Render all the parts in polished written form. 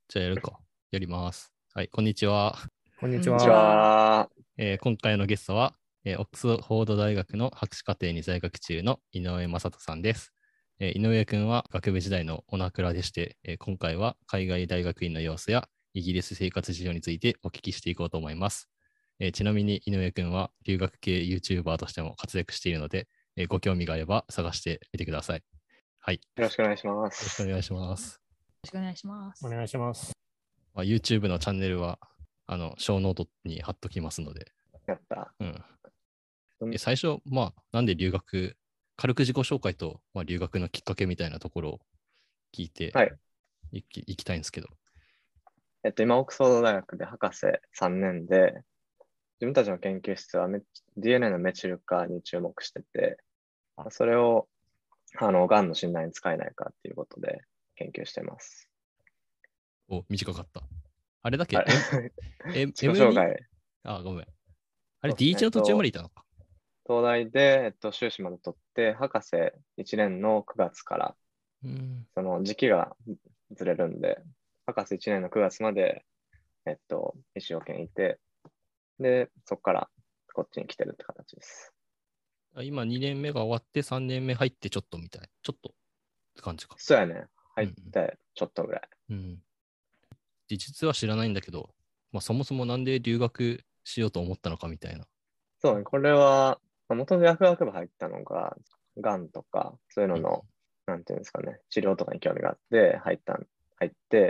じゃあやるか。やります。はい、こんにちは。 こんにちこんにちは。 は。 今回のゲストは、オックスフォード大学の博士課程に在学中の井上正人さんです。井上君は学部時代のオナクラでして、今回は海外大学院の様子やイギリス生活事情についてお聞きしていこうと思います。ちなみに井上君は留学系 YouTuber としても活躍しているので、ご興味があれば探してみてください。はい。よよろしくお願いしまろしくす。 お願いします。 よろしくお願いします。お願いします。 YouTube のチャンネルはショーノートに貼っときますので。 やった。 最初、なんで軽く自己紹介と、留学のきっかけみたいなところを聞いて、いきたいんですけど。 今、オックスフォード大学で博士3年で、自分たちの研究室はDNA のメチル化に注目してて、それをがんの診断に使えないかっていうことで研究してます。 お、短かった。あれだっけ自己紹介。 ごめん。あれ、D1 の途中までいたのか。 東大で、修士まで取って、博士1年の9月から、その時期がずれるんで、博士1年の9月まで、医師保険いて、で、そこからこっちに来てるって形です。 今2年目が終わって3年目入ってちょっとみたい。ちょっとって感じか。 そうやね。入ってちょっとぐらい。 実は知らないんだけど、そもそもなんで留学しようと思ったのかみたいな。 そうね。これは、元々薬学部入ったのが、がんとか、そういうのの、なんていうんですかね、治療とかに興味があって入って、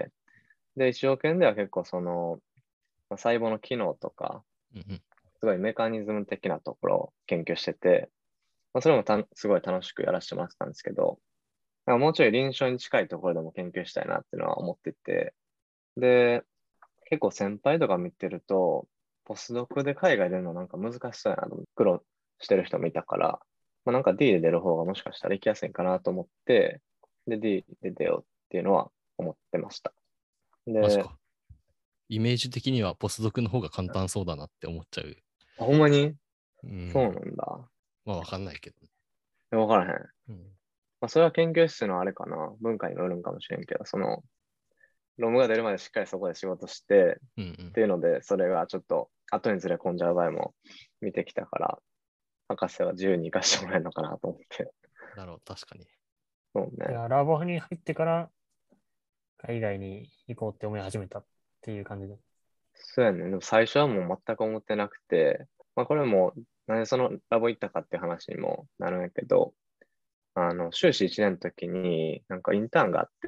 で、一応研では結構細胞の機能とか、すごいメカニズム的なところを研究してて、それもすごい楽しくやらせてもらってたんですけど、もうちょい臨床に近いところでも研究したいなっていうのは思ってて、で、結構先輩とか見てると、ポスドクで海外出るのなんか難しそうやなと思って、苦労してる人もいたから、なんか D で出る方がもしかしたら行きやすいかなと思って、で、D で出ようっていうのは思ってました。 マジか。イメージ的にはポスドクの方が簡単そうだなって思っちゃう。 ほんまに、そうなんだ。 わかんないけどね。わからへん。それは研究室のあれかな。文化によるんかもしれんけど、論文が出るまでしっかりそこで仕事して、っていうので、それがちょっと後にずれ込んじゃう場合も見てきたから、博士は自由に活かしてもらえるのかなと思って。 なるほど、確かに。 そうね。 ラボに入ってから海外に行こうって思い始めたっていう感じで。 そうやね。でも最初はもう全く思ってなくて、これも、なんでそのラボ行ったかっていう話にもなるんやけど、修士1年の時になんかインターンがあって、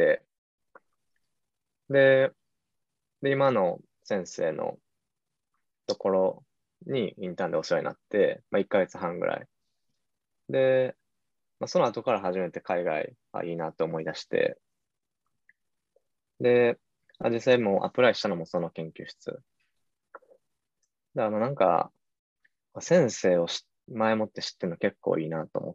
で、今の先生のところにインターンでお世話になって、1ヶ月半ぐらい。で、その後から初めて海外いいなって思い出して、で、実際もうアプライしたのもその研究室。だからなんか、先生を前もって知ってるの結構いいなと思って、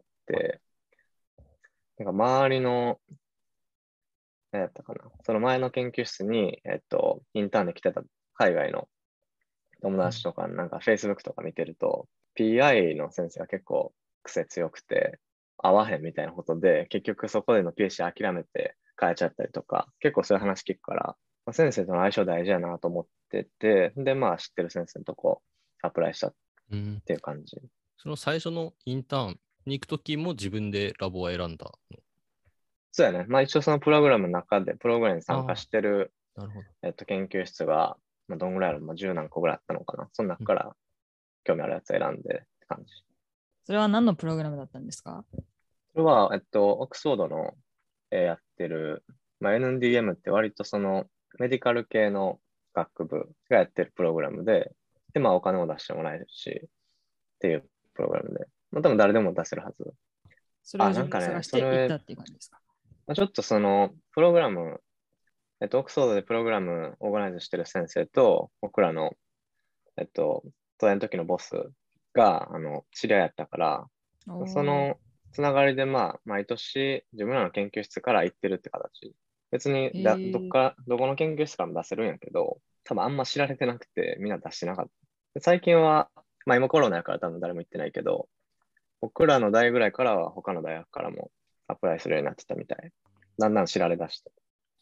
なんか周りの、何やったかな、その前の研究室に、インターンで来てた海外の友達とか、なんか Facebook とか見てると、PI の先生が結構癖強くて、合わへんみたいなことで、結局そこでの PhD 諦めて変えちゃったりとか、結構そういう話聞くから、先生との相性大事やなと思ってて、で、知ってる先生のとこアプライしたっていう感じ。 その最初のインターンに行くときも自分でラボを選んだの？ そうやね。一応そのプログラムの中で、プログラムに参加してる、研究室が、どんぐらいある、10何個ぐらいあったのかな。その中から興味あるやつ選んでって感じ。 それは何のプログラムだったんですか？ それは、オックスフォードの、やってる、NDM って割とそのメディカル系の学部がやってるプログラムで、お金を出してもらえるし、っていうプログラムで、多分誰でも出せるはず。 それを自分で探していったっていう感じですか？ ちょっとその、プログラム、オックスフォードでプログラムオーガナイズしてる先生と、僕らの、東大の時のボスが、知り合いやったから、そのつながりで、毎年自分らの研究室から行ってるって形。別にどこの研究室からも出せるんやけど、多分あんま知られてなくて、みんな出してなかった。最近は、今コロナやから多分誰も行ってないけど、僕らの代ぐらいからは他の大学からもアプライするようになってたみたい。だんだん知られ出して。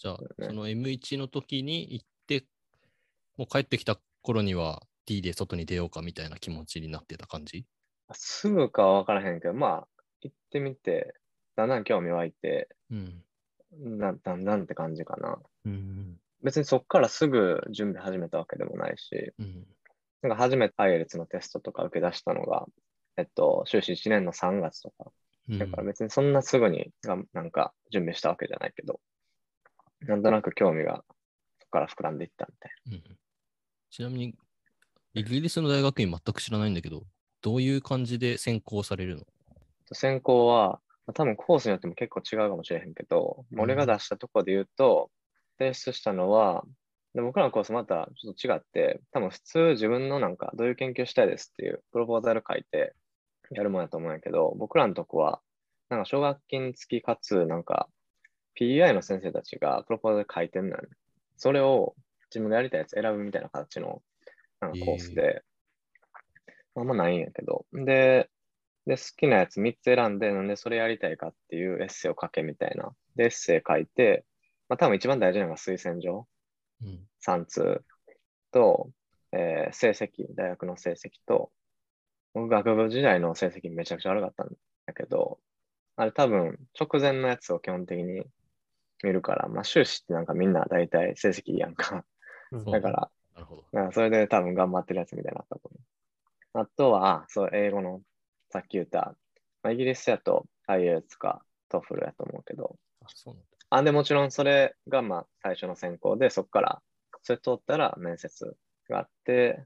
じゃあ、 ねその M1 の時に行って、もう帰ってきた頃には T で外に出ようかみたいな気持ちになってた感じ？ すぐかは分からへんけど、まあ、行ってみて、だんだん興味湧いて、 うん。 だんだんって感じかな。 うん。 別にそっからすぐ準備始めたわけでもないし、 うん。 なんか初めて IELTS のテストとか受け出したのが、修士1年の3月とか。だから別にそんなすぐになんか準備したわけじゃないけど、なんとなく興味がそこから膨らんでいったみたいうん。ちなみに、イギリスの大学院全く知らないんだけど、どういう感じで専攻されるの？ な。専攻は、多分コースによっても結構違うかもしれへんけど、俺が出したところで言うと、提出したのは、で僕らのコースまたちょっと違って、多分普通自分のなんかどういう研究したいですっていうプロポーザル書いてやるもんやと思うんやけど、僕らのとこは、なんか奨学金付きかつ、なんか PEI の先生たちがプロポーザル書いてんのよね。それを自分がやりたいやつ選ぶみたいな形のなんかコースで、あんまないんやけど、で、好きなやつ3つ選んで、なんでそれやりたいかっていうエッセイを書けみたいな。で、エッセイ書いて、多分一番大事なのが推薦状うん。 3通と、成績、大学の成績と、僕学部時代の成績めちゃくちゃ悪かったんだけど、あれ多分直前のやつを基本的に見るから、修士ってなんかみんな大体成績いいやんか。 うんだから、 なるほど。 それで多分頑張ってるやつみたいになったと思う。あとは、そう、英語の、さっき言った、イギリスやと IELTS か TOEFL やと思うけど、 あ、そうなんだ。 で、もちろんそれが最初の選考で、そこから、それ通ったら面接があって、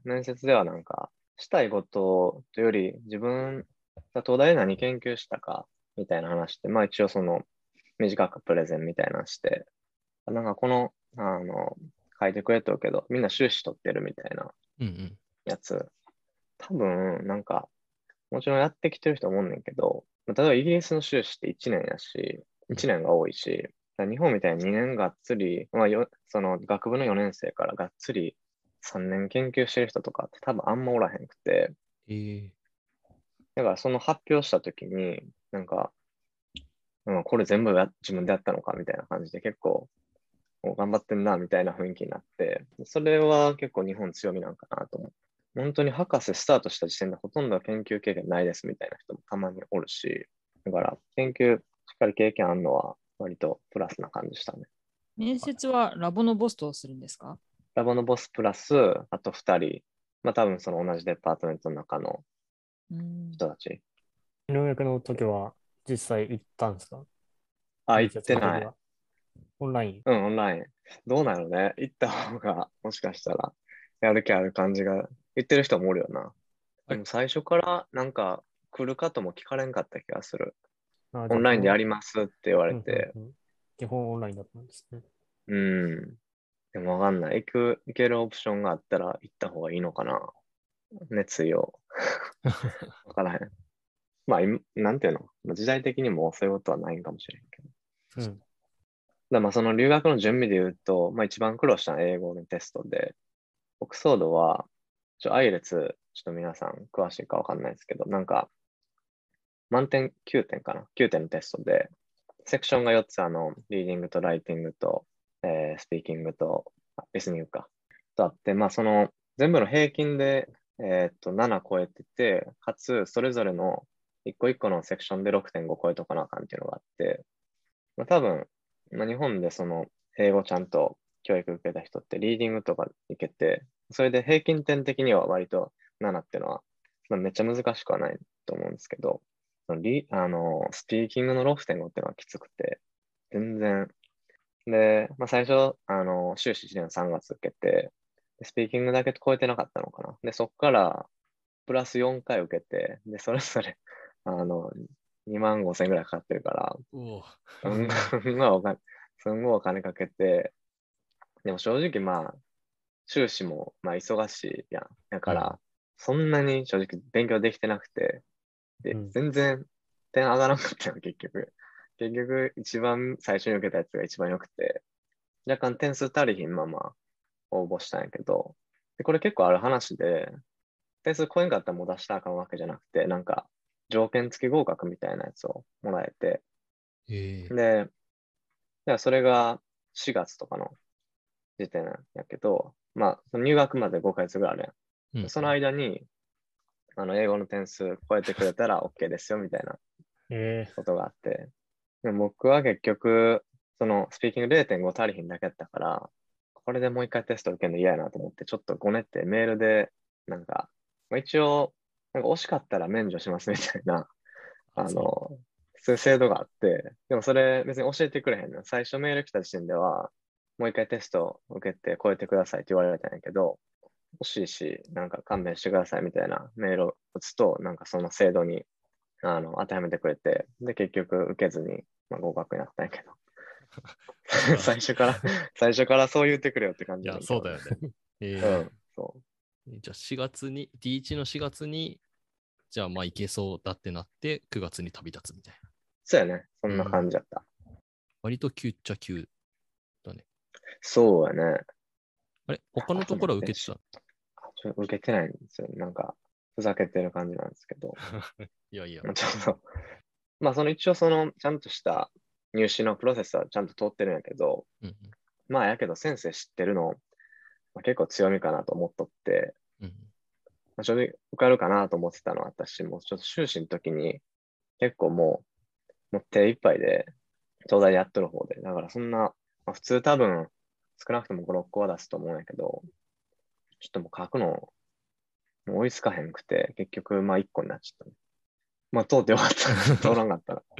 面接ではなんか、したいことというより、自分が東大で何研究したかみたいな話で、一応その、短くプレゼンみたいなのして、なんかこの、書いてくれとるけど、みんな修士取ってるみたいなうんうん。 やつ、多分、なんか、もちろんやってきてる人思うねんけど、例えばイギリスの修士って1年やし、1年が多いし、日本みたいに2年がっつり、その学部の4年生からがっつり3年研究してる人とかって多分あんまおらへんくて、 えだからその発表した時に、なんか、これ全部自分でやったのかみたいな感じで結構、もう頑張ってんなみたいな雰囲気になって、それは結構日本強みなんかなと思う。本当に博士スタートした時点でほとんど研究経験ないですみたいな人もたまにおるし、だから研究しっかり経験あるのは割とプラスな感じしたね。 面接はラボのボスとするんですか？ ラボのボスプラス、あと2人、多分その同じデパートメントの中の人たち。 入学の時は実際行ったんですか？ 行ってない。 オンライン。 うん、オンライン。どうなのね。行った方がもしかしたらやる気ある感じが、言ってる人もおるよな。でも最初からなんか来るかとも聞かれんかった気がする。オンラインでやりますって言われて。 基本オンラインだったんですね。 うん。でもわかんない。行けるオプションがあったら行った方がいいのかな。熱意を。わからへん。なんていうの、時代的にもそういうことはないんかもしれんけど。その留学の準備で言うと、一番苦労したのは英語のテストで、オックスフォードは、IELTS、ちょっと皆さん詳しいかわかんないですけど、なんか、満点9点かな ?9 点のテストで、セクションが4つ、リーディングとライティングと、スピーキングと、リスニングか。とあって、その、全部の平均で、7超えてて、かつ、それぞれの一個一個のセクションで 6.5 超えとかなあかんっていうのがあって、多分、日本でその、英語ちゃんと教育受けた人って、リーディングとかいけて、それで平均点的には割と7っていうのは、めっちゃ難しくはないと思うんですけど、スピーキングの6.5っていうのはきつくて、全然。で、最初、修士1年の3月受けて、スピーキングだけ超えてなかったのかな。で、そこから、プラス4回受けて、で、それぞれ、2万5千円ぐらいかかってるから、すんごいお金かけて、でも正直修士も忙しいやん。だから、そんなに正直勉強できてなくて、で、全然点上がらなかったよ、結局。結局、一番最初に受けたやつが一番良くて、若干点数足りひんまま応募したんやけど、でこれ結構ある話で、点数超えんかったらもう出したらあかんわけじゃなくて、なんか、条件付き合格みたいなやつをもらえて、で、それが 4月とかの時点やけど、まあ、その入学まで5ヶ月ぐらいあるやん。 うんその間に、英語の点数超えてくれたら OK ですよみたいなことがあって、でも僕は結局、そのスピーキング 0.5 足りひんだけやったから、これでもう一回テスト受けるの嫌やなと思って、ちょっとごねってメールで、なんか、まあ、一応、なんか惜しかったら免除しますみたいな、そういう制度があって、でもそれ別に教えてくれへんの。最初メール来た時点では、もう一回テスト受けて超えてくださいって言われたんやけど、欲しいし、なんか勘弁してくださいみたいなメールを打つと、なんかその制度に当てはめてくれて、で、結局受けずに、まあ、合格になったんやけど。最初からそう言ってくれよって感いや、 じだけどそうだよね。 そじゃあ4月に、D1 の4月に、じゃあまあいけそうだってなって、9月に旅立つみたいな。 そうやね。そんな感じだった。 割と急っちゃ急だね。 そうやね。 あれ他のところは受けてた？ 受けてないんですよ。なんか、ふざけてる感じなんですけど。 いやいや。 ちょっと、まあ一応ちゃんとした入試のプロセスはちゃんと通ってるんやけど、 うんまあやけど先生知ってるの、まあ、結構強みかなと思っとって、 うんまあ、正直受かるかなと思ってたのは私もちょっと修士の時に結構もう手一杯で東大でやっとる方で、だからそんな、まあ、普通多分少なくとも5、6個は出すと思うんやけど、ちょっともう書くのもう追いつかへんくて、結局まあ1個になっちゃった、ね。まあ通ってよかった。通らんかったら。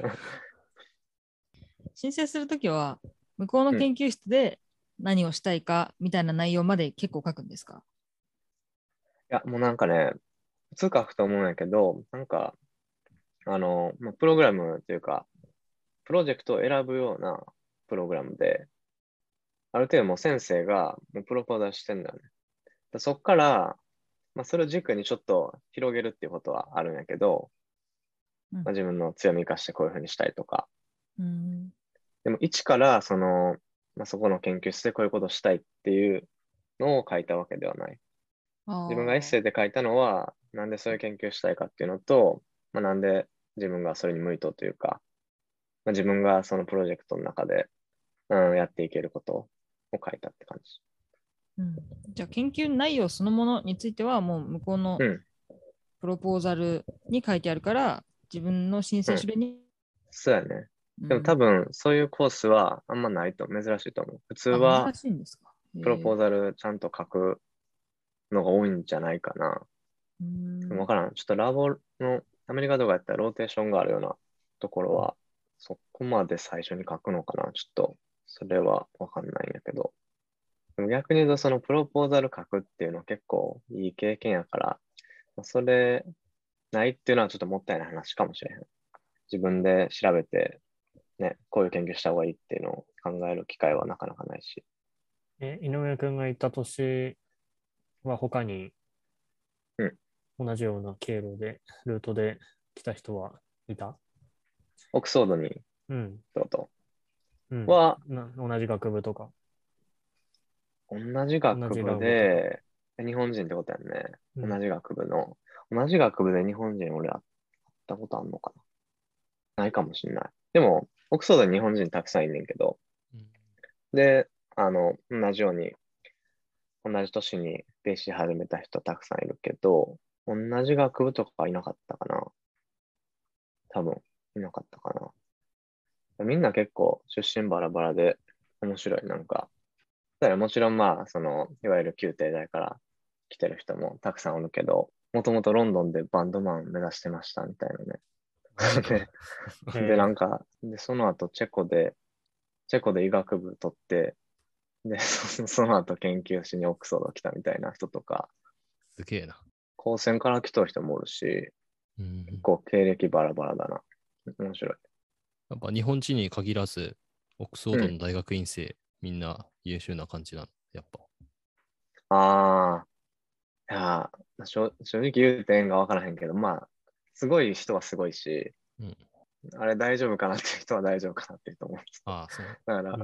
申請するときは、向こうの研究室で何をしたいかみたいな内容まで結構書くんですか？ いや、もうなんかね、普通書くと思うんやけど、なんか、まあ、プログラムというか、プロジェクトを選ぶようなプログラムで、ある程度もう先生がもうプロポーザーしてんだよね。そっから、まあ、それを軸にちょっと広げるっていうことはあるんやけど、まあ、自分の強み生かしてこういうふうにしたいとか。でも一からまあ、そこの研究室でこういうことをしたいっていうのを書いたわけではない。自分がエッセイで書いたのは、なんでそういう研究したいかっていうのと、まあ、なんで自分がそれに向いとというか、まあ、自分がそのプロジェクトの中で、やっていけることを書いたって感じ。 じゃあ研究内容そのものについてはもう向こうのプロポーザルに書いてあるから、自分の申請書類に、 そうやね。でも多分そういうコースはあんまないと珍しいと思う。普通は珍しいんですか？ プロポーザルちゃんと書くのが多いんじゃないかな。わからん。ちょっとラボのアメリカとかやったらローテーションがあるようなところは、そこまで最初に書くのかな。ちょっとそれはわかんないんやけど。でも逆に言うとそのプロポーザル書くっていうのは結構いい経験やから、それないっていうのはちょっともったいない話かもしれへん。自分で調べて、ね、こういう研究した方がいいっていうのを考える機会はなかなかないし。 井上君が行った年は他に同じような経路で、ルートで来た人はいた？ オックスフォードにってことは、 同じ学部とか。 同じ学部で、日本人ってことやんね。同じ学部で日本人俺会ったことあんのかな？ないかもしんない。でも、オックスフォードに日本人たくさんいんねんけど、で、同じように、同じ年に PC 始めた人たくさんいるけど、同じ学部とかいなかったかな。多分、いなかったかな。みんな結構出身バラバラで面白い。なんか、もちろんまあ、いわゆる宮廷大から来てる人もたくさんおるけど、もともとロンドンでバンドマン目指してましたみたいなね。で、なんか、その後チェコで医学部取って、で、その後研究しにオックスフォード来たみたいな人とか、 すげえな。 高専から来た人もおるし、結構経歴バラバラだな。面白い。 やっぱ日本人に限らず、オックスフォードの大学院生、みんな優秀な感じなの、やっぱ。いや、正直言う点が分からへんけど、まあ、すごい人はすごいし、あれ大丈夫かなっていう人は大丈夫かなっていうと思うんです。だから、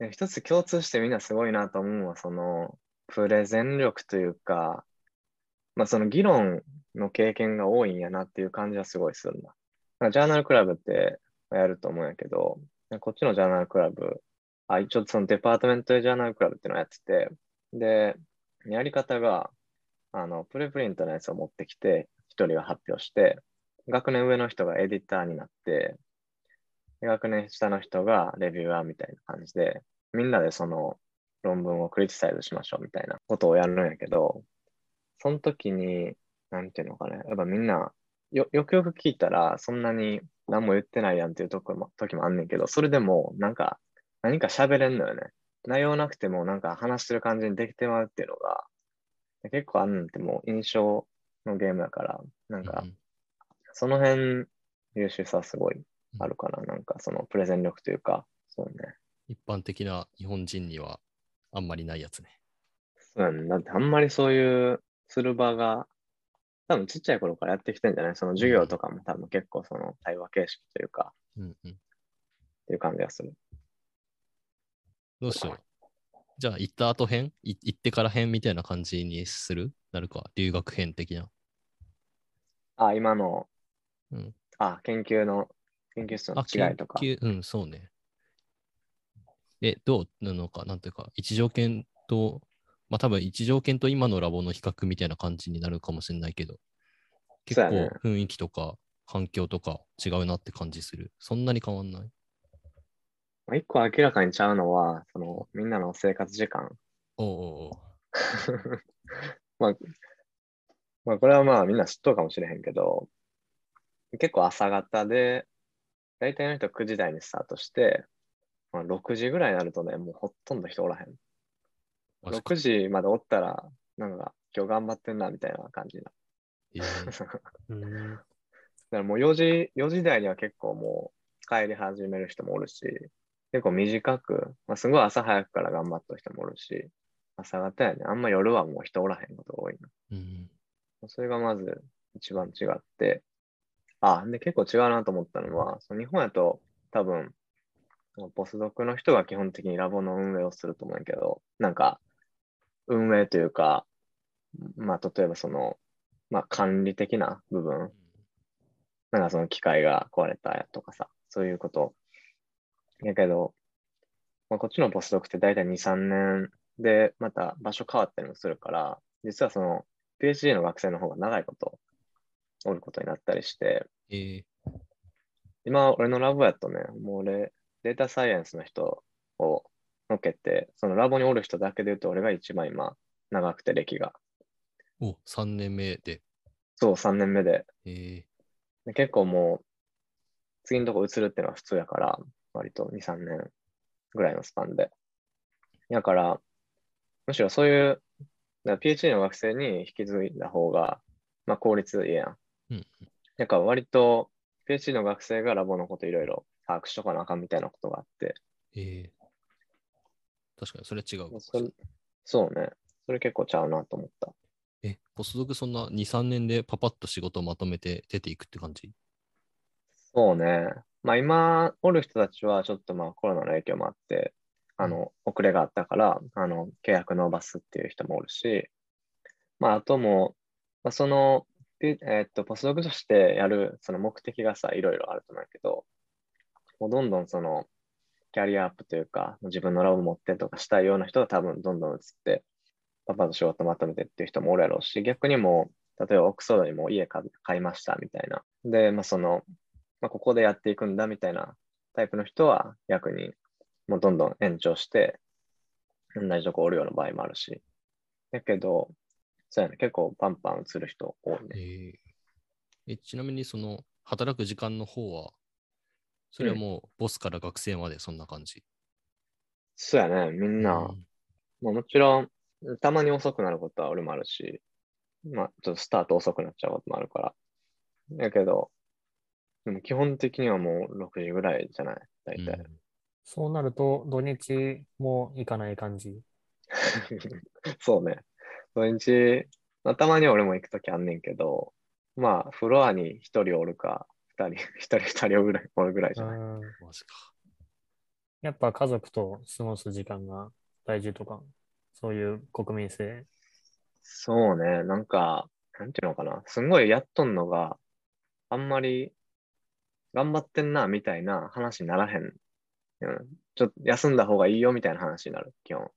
一つ共通してみんなすごいなと思うのは、プレゼン力というか、まあ、その議論の経験が多いんやなっていう感じはすごいするんだ。ジャーナルクラブってやると思うんやけど、こっちのジャーナルクラブ一応そのデパートメントジャーナルクラブっていうのをやってて、で、やり方が、プレプリントのやつを持ってきて、一人が発表して、学年上の人がエディターになって、学年下の人がレビュアーみたいな感じで、みんなでその論文をクリティサイズしましょうみたいなことをやるんやけど、その時に、なんていうのかね、やっぱみんな、よくよく聞いたら、そんなに何も言ってないやんっていう時もあんねんけど、それでも、何か喋れんのよね。内容なくても、なんか話してる感じにできてまうっていうのが、結構あんねんってもう印象のゲームだから、なんか、その辺、優秀さすごいあるかな。なんか、そのプレゼン力というか、そうね。 一般的な日本人にはあんまりないやつね。 そうやね。だってあんまりそういうする場が、多分ちっちゃい頃からやってきてんじゃない？その授業とかも多分結構その対話形式というか、っていう感じがする。 どうしよう。じゃあ、行った後編行ってから編みたいな感じにする？なるか、留学編的な。 今の、研究室の違いとか。 そうね。どうなのか、なんていうか、一条件と、まあ多分一条件と今のラボの比較みたいな感じになるかもしれないけど、結構雰囲気とか環境とか違うなって感じする。そんなに変わんない？ 一個明らかにちゃうのは、そのみんなの生活時間。まあ、これはまあみんな知っとるかもしれへんけど、結構朝方で、大体の人9時台にスタートして、まあ、6時ぐらいになるとね、もうほとんど人おらへん。6時までおったら、なんか今日頑張ってんなみたいな感じな。だからもう4時台には結構もう帰り始める人もおるし、結構短く、まあ、すごい朝早くから頑張った人もおるし、朝方やね。あんま夜はもう人おらへんことが多いな。それがまず一番違って、で結構違うなと思ったのは、その日本やと多分、ポスドクの人が基本的にラボの運営をすると思うんやけど、なんか、運営というか、まあ、例えばその、まあ、管理的な部分、なんかその機械が壊れたとかさ、そういうこと。やけど、まあ、こっちのポスドクって大体2、3年でまた場所変わったりもするから、実はその PhD の学生の方が長いことおることになったりして、今俺のラボやとね、もう俺データサイエンスの人をのっけて、そのラボにおる人だけで言うと俺が一番今長くて歴が。 3年目で。 そう、3年目で。で結構もう次のとこ移るっていうのは普通やから、割と2、3年ぐらいのスパンで。だから、むしろそういう、PhD の学生に引き継いだ方が、まあ効率いいやん。だから割と PhD の学生がラボのこといろいろ把握しとかなあかんみたいなことがあって。 確かにそれ違う。 そうね。それ結構ちゃうなと思った。 ポスドクそんな2、3年でパパッと仕事をまとめて出ていくって感じ？ そうね。まあ今おる人たちはちょっとまあコロナの影響もあって、遅れがあったから、契約伸ばすっていう人もおるし、まああとも、まあ、その、ポスドクとしてやるその目的がさ、いろいろあると思うけど、もうどんどんその、キャリアアップというか、自分のラボ持ってとかしたいような人が多分どんどん移って、パパと仕事まとめてっていう人もおるやろうし、逆にもう、例えばオックスフォードにも家買いましたみたいな。で、まあその、まあ、ここでやっていくんだみたいなタイプの人は逆にもうどんどん延長して同じとこおるような場合もあるし。だけど、そうやね、結構パンパン移る人多いね。ちなみにその働く時間の方は、それはもうボスから学生までそんな感じ？ そうやね、みんな、まあ、もちろんたまに遅くなることは俺もあるし、まあちょっとスタート遅くなっちゃうこともあるから。だけど、でも基本的にはもう6時ぐらいじゃない、大体。 そうなると、土日も行かない感じ？ そうね。土日、まあ、たまに俺も行くときあんねんけど、まあ、フロアに一人おるか、二人おるぐらいじゃない。 マジか。 やっぱ家族と過ごす時間が大事とか、そういう国民性？ そうね。なんか、なんていうのかな。すごいやっとんのがあんまり頑張ってんな、みたいな話にならへん。 ちょっと休んだ方がいいよみたいな話になる、基本。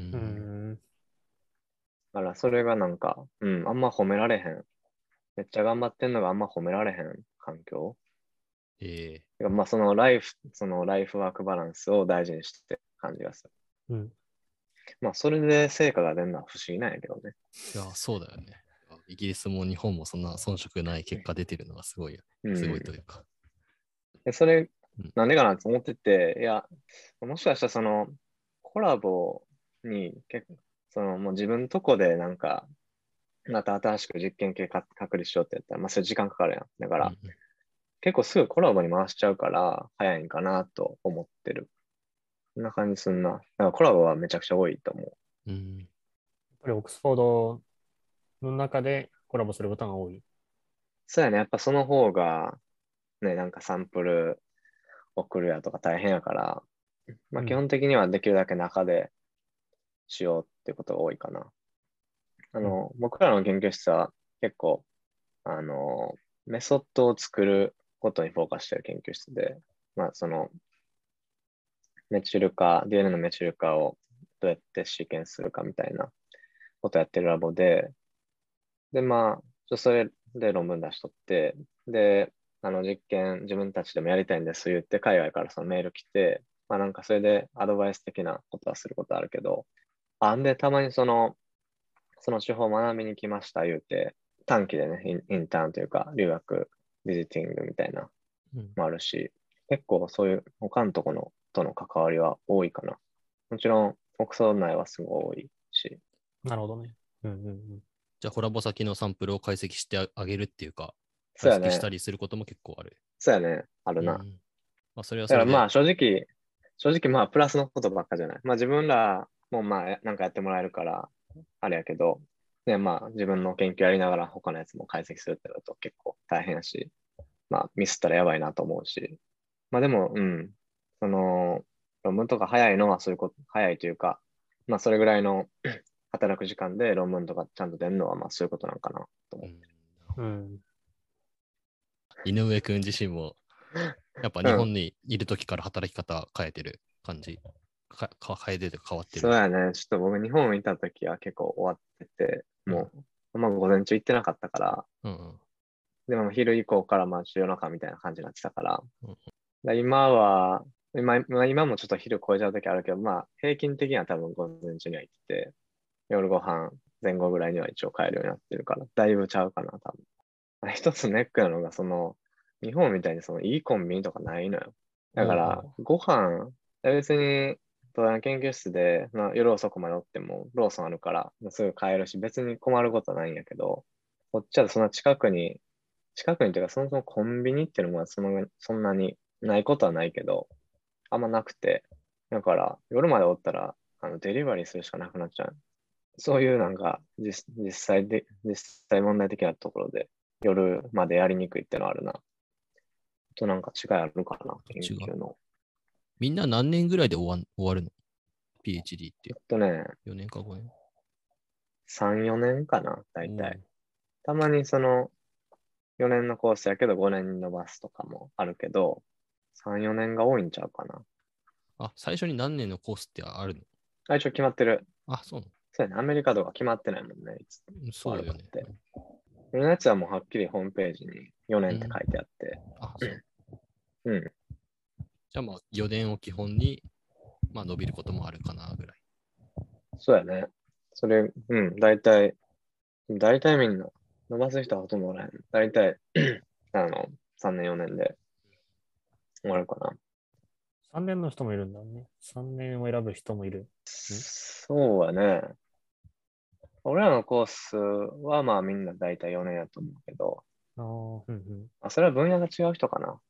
だからそれがなんか、あんま褒められへん。めっちゃ頑張ってんのがあんま褒められへん環境。まあそのライフワークバランスを大事にして感じがする。まあそれで成果が出るのは不思議なんやけどね。 いや、そうだよね。イギリスも日本もそんな遜色ない結果出てるのがすごいよ。すごいというか。 それ、なんでかなと思ってて、いや、もしかしたらそのコラボにもう自分のとこでなんか、また新しく実験系確立しようってやったら、まあそれ時間かかるやん。だから、結構すぐコラボに回しちゃうから早いんかなと思ってる。こんな感じすんな。だからコラボはめちゃくちゃ多いと思う。 やっぱりオックスフォードの中でコラボすることが多い。 そうやね。やっぱその方が、ね、なんかサンプル送るやとか大変やから、まあ基本的にはできるだけ中でしようってことが多いかな。僕らの研究室は結構、メソッドを作ることにフォーカスしてる研究室で、まあDNA のメチル化をどうやってシーケンスするかみたいなことやってるラボで、まあ、それで論文出しとって、で、実験自分たちでもやりたいんです言って海外からそのメール来て、まあなんかそれでアドバイス的なことはすることあるけど、で、たまにその手法を学びに来ました言うて、短期でね、インターンというか、留学、ビジティングみたいな、もあるし、結構そういう他のところとの関わりは多いかな。もちろん、オックスフォード内はすごい多いし。 なるほどね。 じゃあ、コラボ先のサンプルを解析してあげるっていうか、 解析したりすることも結構ある。 そうやね、あるな。 まあ、それはそれで。 だからまあ、正直まあ、プラスのことばっかじゃない。まあ、自分らもまあ、なんかやってもらえるから、あれやけど、ね、まあ、自分の研究やりながら他のやつも解析するってなると結構大変やし、まあ、ミスったらやばいなと思うし、まあでも、論文とか早いのはそういうこと、早いというか、まあそれぐらいの働く時間で論文とかちゃんと出るのは、まあそういうことなんかなと思って。 井上くん自身も、やっぱ日本にいるときから働き方変えてる感じ、変えてて変わってる。 そうやね。ちょっと僕日本いたときは結構終わってて、もう、まあ午前中行ってなかったから、でも昼以降からまあ夜中みたいな感じになってたから、今もちょっと昼超えちゃうときあるけど、まあ平均的には多分午前中には行ってて、夜ご飯前後ぐらいには一応帰るようになってるから、だいぶちゃうかな、多分。一つネックなのが、日本みたいにいいコンビニとかないのよ。だから、ご飯、別に、東大研究室で、まあ、夜遅くまでおっても、ローソンあるから、すぐ買えるし、別に困ることはないんやけど、こっちはそんな近くにというか、そもそもコンビニっていうのはそんなにないことはないけど、あんまなくて、だから、夜までおったら、デリバリーするしかなくなっちゃう。そういうなんか実際問題的なところで夜までやりにくいってのはあるな。となんか違いあるかな、研究の。 みんな何年ぐらいで終わるの ?PhD って。 ね、 4年か5年 ?3、4年かな、大体。たまに4年のコースやけど5年に伸ばすとかもあるけど、3、4年が多いんちゃうかな。 最初に何年のコースってあるの？ 最初決まってる。 そうなの？ そうやね、アメリカとか決まってないもんね。 そうだよね。 俺のやつはもうはっきりホームページに4年って書いてあって。 そう。じゃあまあ4年を基本に、まあ伸びることもあるかなぐらい。 そうやね。それ、大体みんな伸ばす人はほとんどおらへん。大体3年4年で終わるかな。 3年の人もいるんだね。3年を選ぶ人もいる。 そうやね。俺らのコースはまあみんな大体4年やと思うけど、それは分野が違う人かな。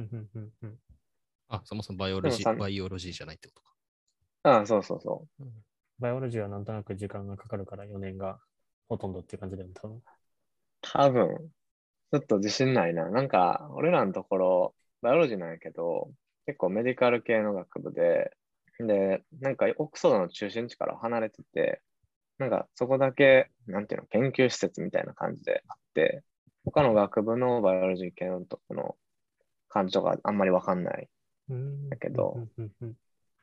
そもそもバイオロジーじゃないってことか。 そうそうそう。 バイオロジーはなんとなく時間がかかるから4年がほとんどっていう感じだよね、 多分。ちょっと自信ないな。なんか、俺らのところ、バイオロジーなんやけど、結構メディカル系の学部で、なんかオックスフォードの中心地から離れてて、なんかそこだけ、なんていうの、研究施設みたいな感じであって、他の学部のバイオロジー系のとこの感じとかあんまりわかんない。だけど、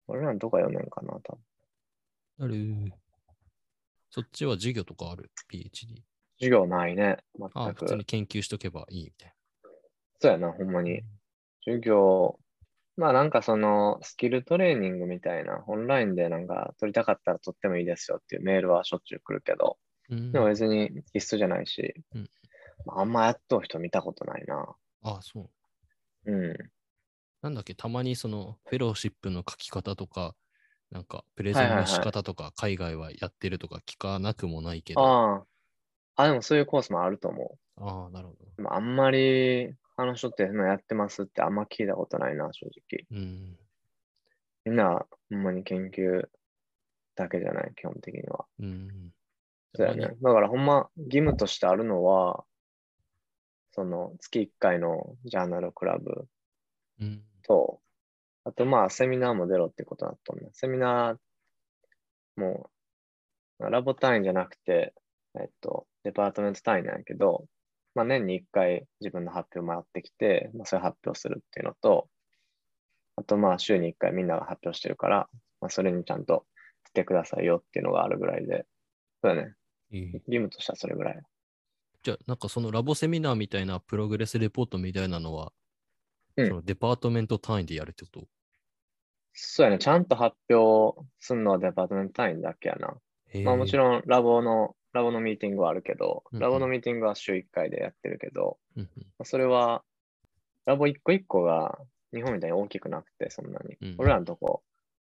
俺らのとこ読めんかな、多分。 ある。そっちは授業とかある ?PhD。 授業ないね、全あ、普通にく。 研究しとけばいいみたいそうやな、ほんまな。 に。授業、まあなんかそのスキルトレーニングみたいな、オンラインでなんか取りたかったら取ってもいいですよっていうメールはしょっちゅう来るけど、 うん。 でも別に必須じゃないし、 うんまあ、あんまやっとう人見たことないな。 あ、そう。 うん。 なんだっけ、たまにそのフェローシップの書き方とか、なんかプレはいゼンの仕はいはい。 方とか、海外はやってるとか聞かなくもないけど。 ああ。あ、でもそういうコースもあると思ああ、なるほど。 う。でもあんまり話しとってのやってますってあんま聞いたことないな、正直。 うん。 みんな、ほんまに研究だけじゃない、基本的には。 うん。 そうやね。だからほんま、義務としてあるのは、その月1回のジャーナルクラブうん。 と、あとまあ、セミナーも出ろってことだったんだ。セミナーも、ラボ単位じゃなくて、デパートメント単位なんやけど、まあ、年に1回自分の発表もらってきて、まあ、それ発表するっていうのと、あとまあ、週に1回みんなが発表してるから、まあ、それにちゃんと来てくださいよっていうのがあるぐらいで、そうだね。義務としてはそれぐらい。 じゃあ、なんかそのラボセミナーみたいなプログレスレポートみたいなのは、 うん。 そのデパートメント単位でやるってこと？ そうやね。ちゃんと発表するのはデパートメント単位だけやな。まあもちへえ。 ろんラボのミーティングはあるけど、 うんラボのミーティングは週1回でやってるけど、 うんそれはラボ1個1個が日本みたいに大きくなくて、そんなに。 うん俺らのとこ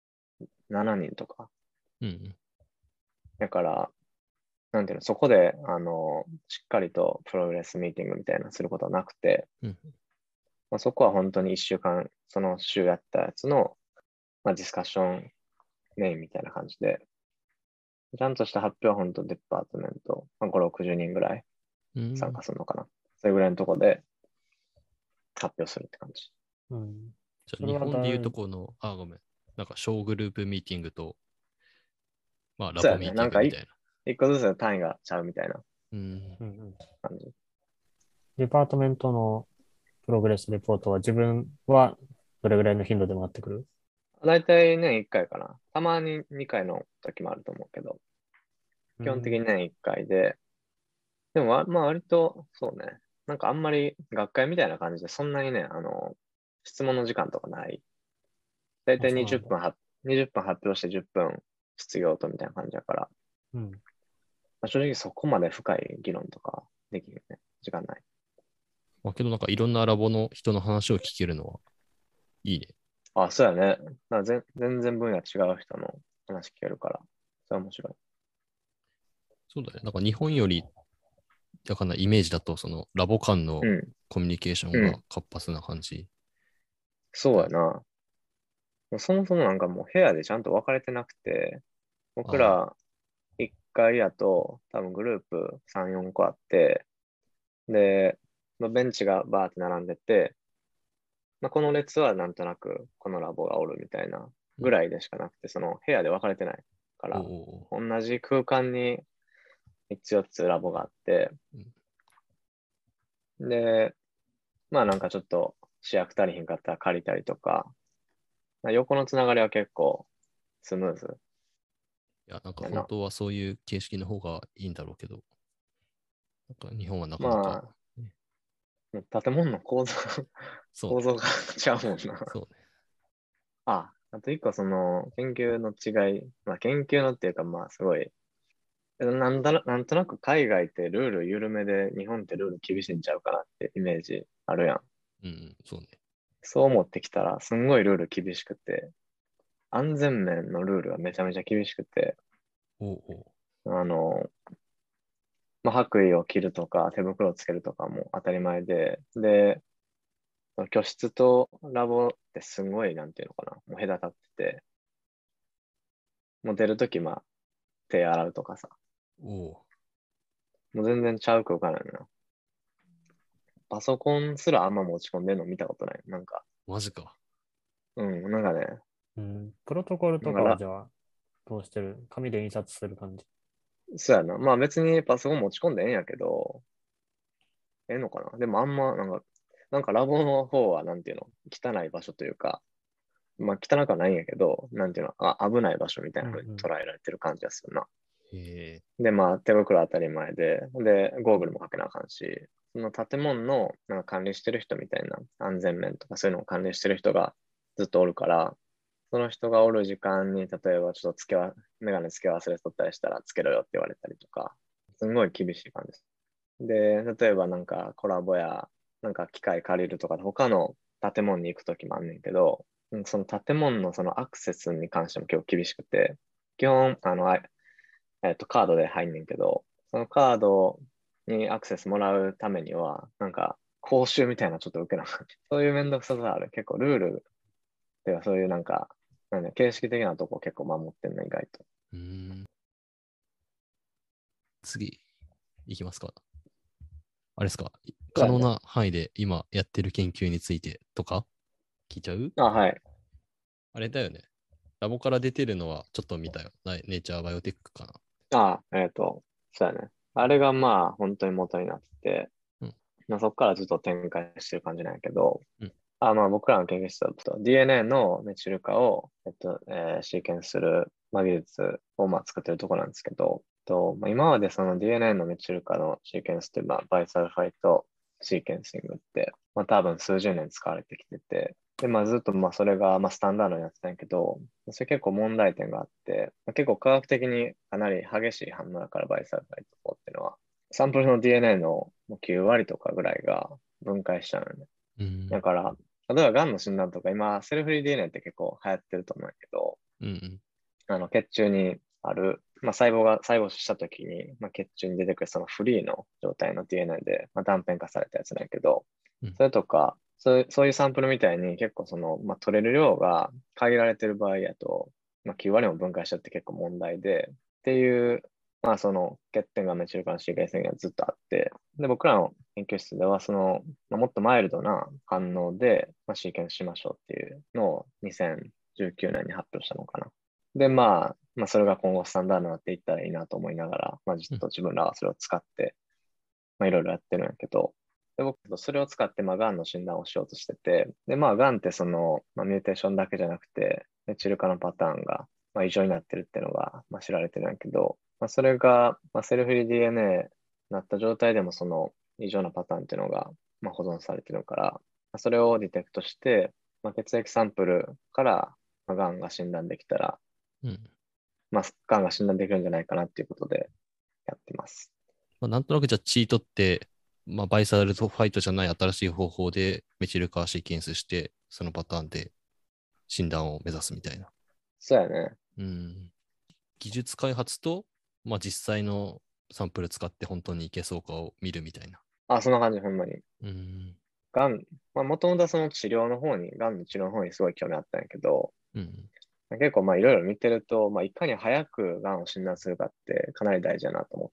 7人とか。 うんうんだから、なんていうの、そこで、しっかりとプログレスミーティングみたいなのすることはなくて、 うんまあ、そこは本当に1週間、その週やったやつの、まあ、ディスカッションメインみたいな感じで、ちゃんとした発表は本当デパートメント、まあ、5、60人ぐらい参加するのかな。それぐらいのとこで発表するって感じ。 うん。 じゃあそれは日本でいうとこの、ごめん。なんか小グループミーティングと、まあラそうやね。 ボミーテなんかィングみたいな。 一個ずつ単位がちゃうみたいなうんうんうん。 感じ。 デパートメントのプログレスレポートは自分はどれぐらいの頻度で回ってくる？ だいたい年1回かな。たまに2回の時もあると思うけど、基本的に年1回で、でもまあ割とそうね。なんかあんまり学会みたいな感じで、そんなにね、質問の時間とかない。だいたい20 そうなんだ。 分20分発表して10分質疑応答みたいな感じだから、 うん。 まあ、正直そこまで深い議論とかできるね。時間ない。 まあけどなんかいろんなラボの人の話を聞けるのはいいね。 あ、そうやね。なんか全然分野違う人の話聞けるから、それは面白い。 そうだね。なんか日本より、だからイメージだと、そのラボ間のうん。 コミュニケーションがうん。 活発な感じ。 そうやな。もうそもそもなんかもう部屋でちゃんと分かれてなくて、僕ああ、 ら1階やと多分グループ3、4個あって、で、まあ、ベンチがバーって並んでて、まあ、この列はなんとなくこのラボがおるみたいなぐらいでしかなくて、その部屋で分かれてないかおら、 お同じ空間に3つ4つラボがあって、で、まあなんかちょっと主役足りひんかったら借りたりとか、まあ横のつながりは結構スムーズいや、なんかやな。 本当はそういう形式の方がいいんだろうけど、なんか日本はなかなか、 まあ、建物の構造そうね。 構造が違うもんな。 そうね。 あと一個その研究の違い、まあ研究のっていうかまあすごい、なんとなく海外ってルール緩めで日本ってルール厳しいんちゃうかなってイメージあるやん。 うん、そうね。 そう思ってきたらすんごいルール厳しくて、安全面のルールはめちゃめちゃ厳しくて、 おおあの、まあ、白衣を着るとか手袋をつけるとかも当たり前で、居室とラボってすごい、なんていうのかな、もう隔たってて、もう出るとき、まあ、手洗うとかさ、 おおもう全然ちゃう空間なのよ。パソコンすらあんま持ち込んでるの見たことない。なんか、 マジか。 なんかね、 うん。プロトコルとなんから、 かはじゃあ、どうしてる？紙で印刷する感じ？ そうやな。まあ別にパソコン持ち込んでええんやけど、ええのかな。でもあんま、なんかラボの方は、なんていうの、汚い場所というか、 まあ汚くはないんやけど、なんていうの、危ない場所みたいな風に捉えられてる感じがするな。で、まあ手袋当たり前で、ゴーグルもかけなあかんし、その建物のなんか管理してる人みたいな安全面とかそういうのを管理してる人がずっとおるから、その人がおる時間に、例えばちょっとメガネつけ忘れとったりしたらつけろよって言われたりとか、すんごい厳しい感じです。で、例えばなんかコラボやなんか機械借りるとかで他の建物に行くときもあんねんけど、その建物のそのアクセスに関しても結構厳しくて、基本、カードで入んねんけど、そのカードにアクセスもらうためには、なんか、講習みたいなちょっと受けなかった。そういうめんどくささある。結構ルールではそういうなんか、形式的なとこ結構守ってんの、意外と。 次、いきますか。あれですか、可能な範囲で今やってる研究についてとか聞いちゃう？ はい。 あれだよね。ラボから出てるのはちょっと見たよ。ネイチャーバイオテックかな。 そうやね。あれがまあ本当に元になってて、まあ、そこからずっと展開してる感じなんやけど、まあ僕らの研究室だと DNA のメチル化を、シーケンスする、技術を作ってるところなんですけど、今までその DNA のメチル化のシーケンスって、バイサルファイトシーケンシングって、多分数十年使われてきてて、で、ずっとそれがスタンダードになってたんやけど、それ結構問題点があって、結構科学的にかなり激しい反応だから、バイサルファイト4っていうのは、サンプルの DNA の9割とかぐらいが分解しちゃうのね。だから、例えばがんの診断とか、今、セルフリー DNA って結構流行ってると思うんやけど、血中にある、細胞したときに、血中に出てくるそのフリーの状態の DNA で、断片化されたやつなんやけど、それとか、そういうサンプルみたいに結構取れる量が限られてる場合やと、9割も分解しちゃって結構問題で、っていう、その欠点がメチル化のシーケンシングがずっとあって、で、僕らの研究室では、もっとマイルドな反応で、シーケンスしましょうっていうのを2019年に発表したのかな。で、それが今後スタンダードになっていったらいいなと思いながら、ずっと自分らはそれを使って、いろいろやってるんやけど、で僕、それを使って、がんの診断をしようとしてて、で、がんってミューテーションだけじゃなくて、メチル化のパターンが、異常になってるっていうのが、知られてるんやけど、それが、セルフリー DNA になった状態でも、その異常なパターンっていうのが、保存されてるから、それをディテクトして、血液サンプルから、がんが診断できたら、がんが診断できるんじゃないかなっていうことでやってます。 なんとなくじゃあチートって、バイサルファイトじゃない新しい方法でメチル化シーケンスして、そのパターンで診断を目指すみたいな。 そうやね。 技術開発と、実際のサンプル使って本当にいけそうかを見るみたいな。 そんな感じ、ほんまに。がん、もともとそのがんの治療の方にすごい興味あったんやけど、結構いろいろ見てると、いかに早くがんを診断するかってかなり大事だなと思って、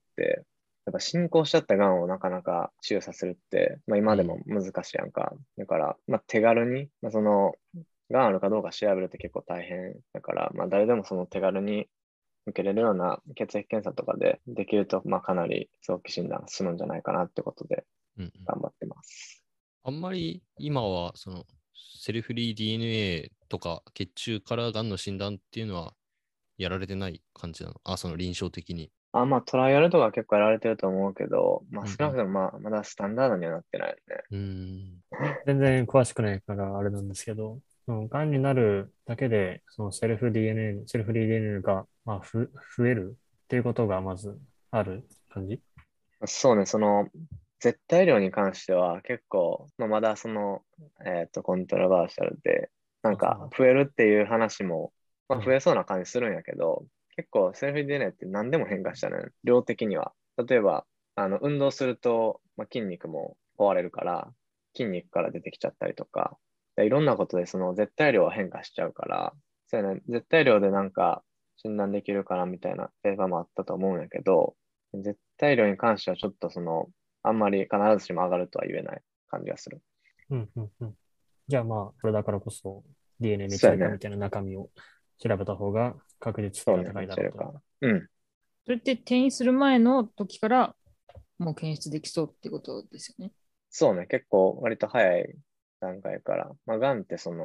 やっぱ進行しちゃったがんをなかなか治癒させるって、今でも難しいやんか。だから、手軽に、がんあるかどうか調べるって結構大変だから、誰でもその手軽に受けれるような血液検査とかでできると、かなり早期診断済むんじゃないかなってことで頑張ってます。 あんまり今はそのセルフリー DNA とか血中からがんの診断っていうのはやられてない感じなの？その臨床的に。 トライアルとか結構やられてると思うけど、少なくともまだスタンダードにはなってないよね。全然詳しくないからあれなんですけど、がんになるだけで、そのセルフリー DNA が、増えるっていうことがまずある感じ？ そうね、絶対量に関しては結構、まだコントラバーシャルで、なんか増えるっていう話も、増えそうな感じするんやけど、結構セルフ DNA って何でも変化したね、量的には。例えば、運動すると、筋肉も壊れるから、筋肉から出てきちゃったりとか、いろんなことでその絶対量は変化しちゃうから、そうやね、絶対量でなんか診断できるかなみたいなペーパーもあったと思うんやけど、絶対量に関してはちょっとあんまり必ずしも上がるとは言えない感じがする。 じゃあこれだからこそ DNA メチル化みたいな中身を調べた方が確実性が高いだろうと。 それって転移する前の時からもう検出できそうってことですよね。 そうね、結構割と早い段階から、がんって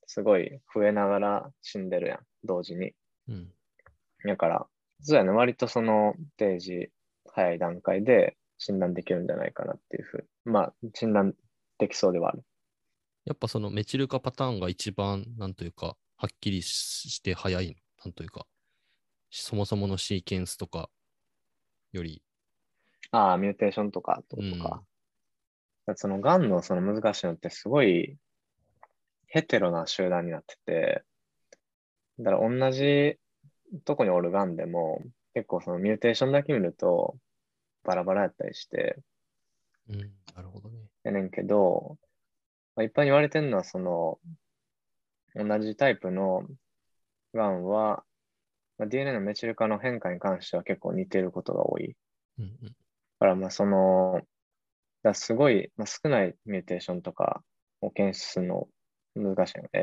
すごい増えながら死んでるやん、同時に。 うん。 だから、そうやね、割とそのステージ早い段階で診断できるんじゃないかなっていうふう。まあ、診断できそうではある。 やっぱそのメチル化パターンが一番、なんというか、はっきりして早いの。なんというか、そもそものシーケンスとかより。 ああ、ミューテーションとかってことか。その癌のその難しいのってすごいヘテロな集団になってて、だから同じとこにおる癌でも結構そのミューテーションだけ見るとバラバラやったりして、 うん、なるほどね。 やねんけど、まあ、一般に言われてるのはその同じタイプの癌は、まあ、DNA のメチル化の変化に関しては結構似てることが多い。 うんうん。 だからまあその、すごい、まあ、少ないミューテーションとかを検出するの難しいの。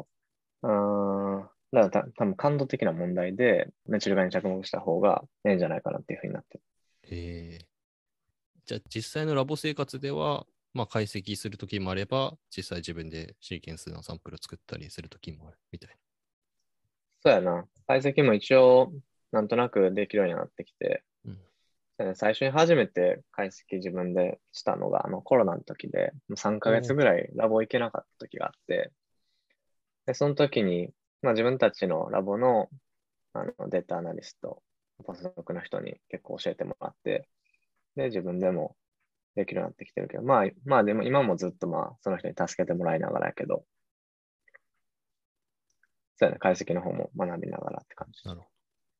だから多分感度的な問題で、メチルガに着目した方がいいんじゃないかなっていうふうになってる。 へえ。じゃあ実際のラボ生活では、まあ解析するときもあれば、実際自分でシーケンスのサンプルを作ったりするときもあるみたいそうやな。解析も一応、なんとなくできるようになってきて、 な。うん。 最初に初めて解析自分でしたのが、コロナの時で、3ヶ月ぐらいラボ行けなかった時があって、で、その時に、まあ自分たちのラボの、データアナリスト、ポスドクの人に結構教えてもらって、で、自分でもできるようになってきてるけど、まあでも今もずっとまあその人に助けてもらいながらやけど、そうやね、解析の方も学びながらって感じ。 なるほ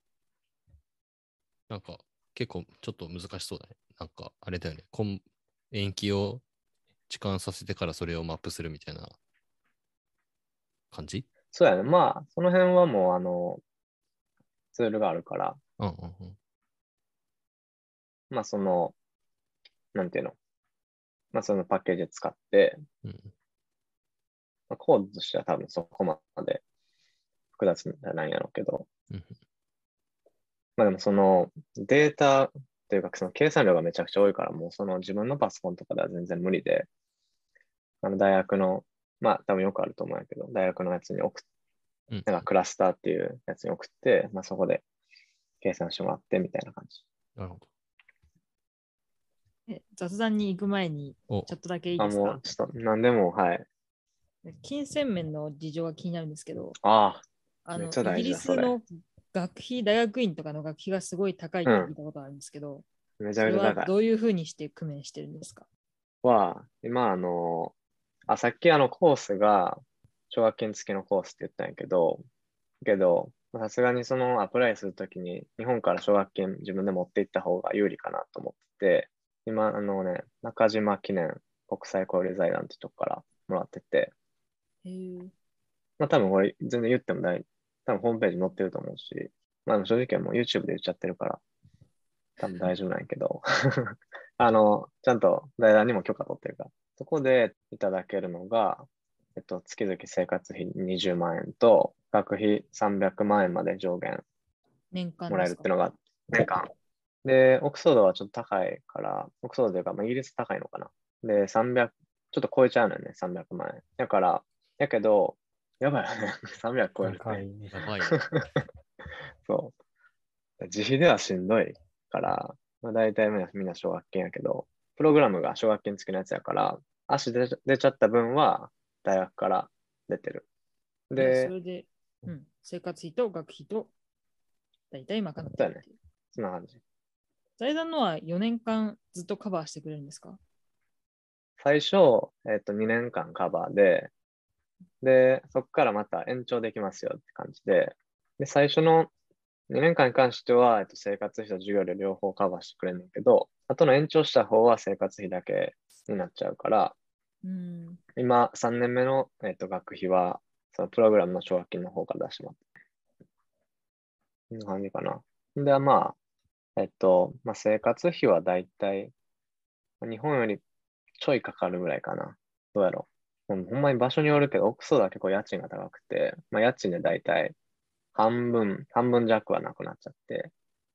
ど。なんか結構ちょっと難しそうだね。なんかあれだよね。延期を置換させてからそれをマップするみたいな感じ。 そうやね。まあ、その辺はもうツールがあるから、 うんうんうん。 まあその、なんていうの、まあそのパッケージ使って、 うんまあ、コードとしては多分そこまで複雑じゃないんやろうけど、 うんまあでもそのデータというかその計算量がめちゃくちゃ多いから、もうその自分のパソコンとかでは全然無理で、大学の、まあ多分よくあると思うんやけど、大学のやつにうん。 なんかクラスターっていうやつに送って、まあそこで計算してもらってみたいな感じ。 なるほ雑談に行く前にど。 ちょっとだけいいあ、 ですか？ もうちょっと何でも、はい。 金銭面の事情が気になるんですけど、 ああ、めっちゃイギリ大事だ、それ。 スの学費、大学院とかの学費がすごい高いって聞いたことあるんですけど、 めちゃそれはめちゃ高い。 どういうふうにして工面してるんですか？ 今、さっきコースが、奨学金付きのコースって言ったんやけど、さすがにそのアプライするときに、日本から奨学金自分で持って行った方が有利かなと思ってて、今、中島記念国際交流財団ってとこからもらってて、 へー。 まあ多分これ全然言っても多分ホームページ載ってると思うし、まあでも正直もう YouTube で言っちゃってるから、多分大丈夫なんやけど、ちゃんと財団にも許可取ってるから、そこでいただけるのが、月々生活費20万円と、学費300万円まで上限年間もらですか？ えるっていうのが、年間。で、オックスフォードはちょっと高いから、オックスフォードというか、まあ、イギリス高いのかな。で、300、ちょっと超えちゃうのよね、300万円。だから、やけど、やばいよね、300超えるって。 高いね。 やばいね。 そう。自費ではしんどいから、まあ、大体みんな奨学金やけど、プログラムが奨学金付きのやつやから、出ちゃった分は大学から出てる。で、 それで、生活費と学費と大体賄ってそうやね。 るっていう。 そんな感じ。 財団のは4年間ずっとカバーしてくれるんですか？ 最初、2年間カバーで、そこからまた延長できますよって感じで、最初の2年間に関しては、生活費と授業料両方カバーしてくれるんだけど、あとの延長した方は生活費だけになっちゃうから、 うん。 今3年目の、学費は、そのプログラムの奨学金の方から出してもらって。こんな感じかな。で、まあ、生活費はだいたい日本よりちょいかかるぐらいかな。どうやろう。ほんまに場所によるけど、オックスフォードは結構家賃が高くて、まあ、家賃でだいたい半分弱はなくなっちゃって。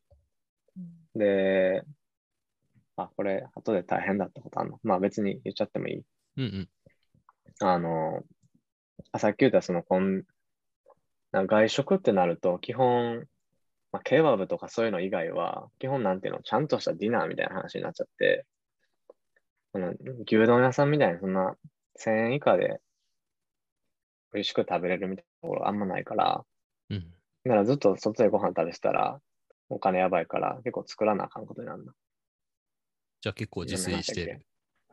で、これ、後で大変だったことあるの。まあ別に言っちゃってもいい。 うんうん。 あの、 さっき言ったなんか外食ってなると、基本、ケバブとかそういうの以外は、基本なんていうの、ちゃんとしたディナーみたいな話になっちゃって、牛丼屋さんみたいな、そんな1000円以下で美味しく食べれるみたいなところあんまないから、 うん。 だからずっと外でご飯食べてたら、お金やばいから結構作らなあかんことになるな。 じゃあ結構い自ろんな話だっけ。 炊してる。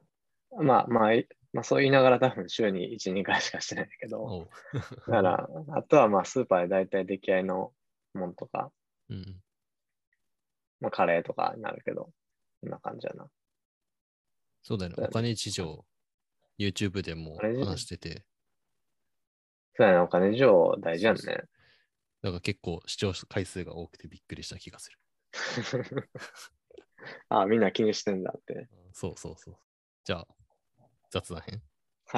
そう言いながら多分週に1、2回しかしてないんだけど、 おう。 だから、あとはスーパーで大体出来合いのもんとか、 うん。 カレーとかになるけど、こんな感じやな。 そうだよね。 そうやね。 お金事情、YouTube でもあれ話してて、 そうやね、お金事情大事やんそうね。 だから結構視聴回数が多くてびっくりした気がする。 あ、みんな気にしてんだって。 そうそうそう。じゃあ、雑談編。 はい。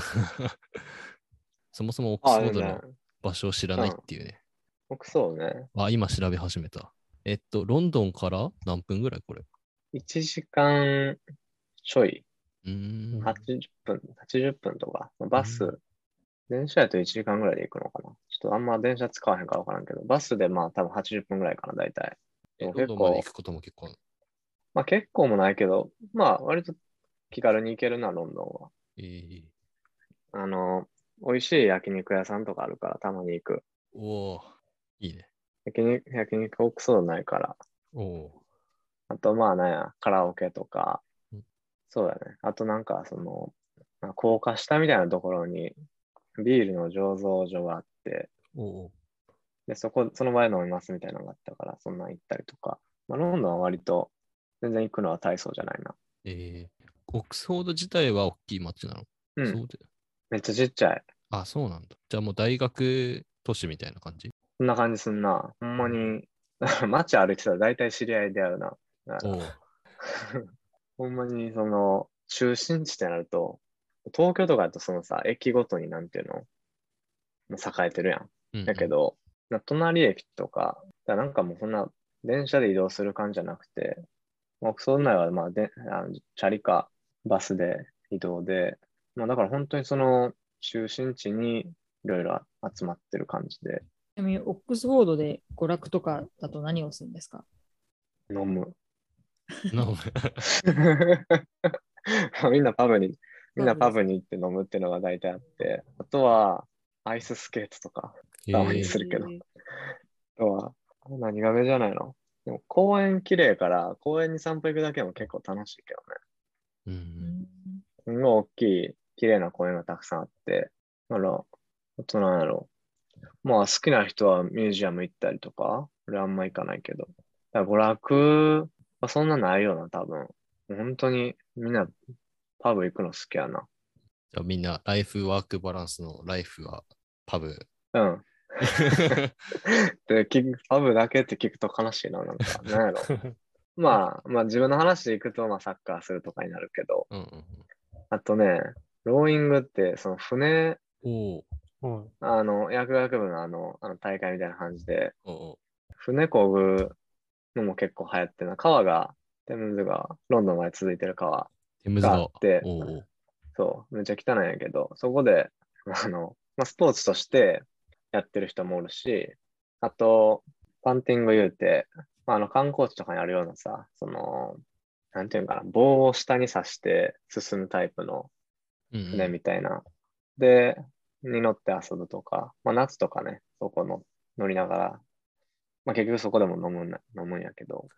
そもそもオックスフォードね。 の場所を知らないっていうね。 僕そうね。 今調べ始めた。ロンドンから何分ぐらいこれ。 1時間ちょい、 うーん。 80分とか、バス、電車やと1時間ぐらいで行くのかな。ちょっとあんま電車使わへんから分からんけど、バスで多分80分ぐらいかな、大体。でもロン結構、 ドンまで行くことも結構。 結構もないけど、割と気軽に行けるな、ロンドンは。 えー、 あの、美味しい焼肉屋さんとかあるからたまに行く。 おー、いいね。 焼肉オックスフォードないから。 おー。 あとカラオケとか、 うんそうだね。あと高架下みたいなところにビールの醸造所があって、 おー。 で、その場で飲みますみたいなのがあったから、そんなん行ったりとか。ロンドンは割と全然行くのは大層じゃないな。 オックスフォード自体は大きい街なの？ うん。 そうで。 めっちゃちっちゃい。 あ、そうなんだ。じゃあもう大学都市みたいな感じ？ そんな感じすんな。ほんまに、街歩いてたら大体知り合いで会うな。だからおう。 ほんまに中心地ってなると、東京とかだと駅ごとになんていうの、もう栄えてるやん。 うんうん、 だけど、隣駅とか、なんかもうそんな電車で移動する感じじゃなくて、そんなはチャリかバスで移動で、だから本当に中心地にいろいろ集まってる感じで。 ちなみに、オックスフォードで娯楽とかだと何をするんですか？ 飲む。 なみんなパブに、みんなパそうです。 ブに行って飲むっていうのが大体あって、あとはアイススケートとかたまにするけど、あとは何がメジャーないの？でも公園綺麗から公園に散歩行くだけでも結構楽しいけどね。 う。 すごい大きい綺麗な公園がたくさんあって、だから、あとなんやろ。好きな人はミュージアム行ったりとか、俺あんま行かないけど。だから娯楽はそんなないよな、多分。本当にみんなパブ行くの好きやな。 じゃあみんなライフワークバランスのライフはパブ。 うん。で、パブだけって聞くと悲しいな、なんか。なんやろ。自分の話で行くと、サッカーするとかになるけど、 うんうんうん。 あとね、ローイングって、船、 おう。 薬学部の大会みたいな感じで、 おう。 船漕ぐのも結構流行ってるな。川が、テムズ川、ロンドンまで続いてる川があっテムズ川。 て、 おう。 そう、めっちゃ汚いんやけど、そこで、スポーツとしてやってる人もおるし、あと、パンティング言うて、観光地とかにあるようなさ、なんていうのかな、棒を下に刺して進むタイプの船みたいな。で、に乗って遊ぶとか、夏とかね、そこの乗りながら、結局そこでも飲むんやけど。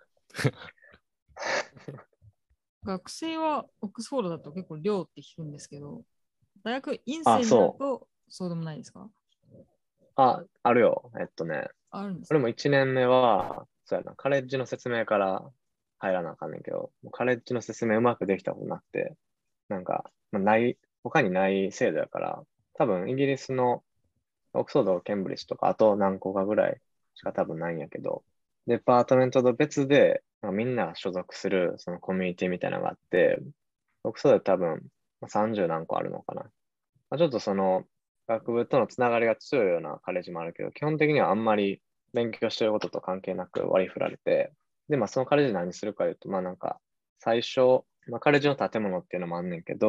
学生はオックスフォードだと結構寮って聞くんですけど、大学院あ、 生になるそう。 とそうでもないですか？ あるよ。 あるんですか？ 俺も1年目は、そうやな、カレッジの説明から入らなあかんねんけど、もうカレッジの説明うまくできたことなくて、なんか、他にない制度やから、多分イギリスのオックスフォード、ケンブリッジとか、あと何個かぐらいしか多分ないんやけど、デパートメントと別で、みんなが所属するそのコミュニティみたいなのがあって、オックスフォード多分30何個あるのかな。ちょっと学部とのつながりが強いようなカレッジもあるけど、基本的にはあんまり勉強してることと関係なく割り振られて、で、そのカレッジ何するかというと、最初、カレッジの建物っていうのもあんねんけど、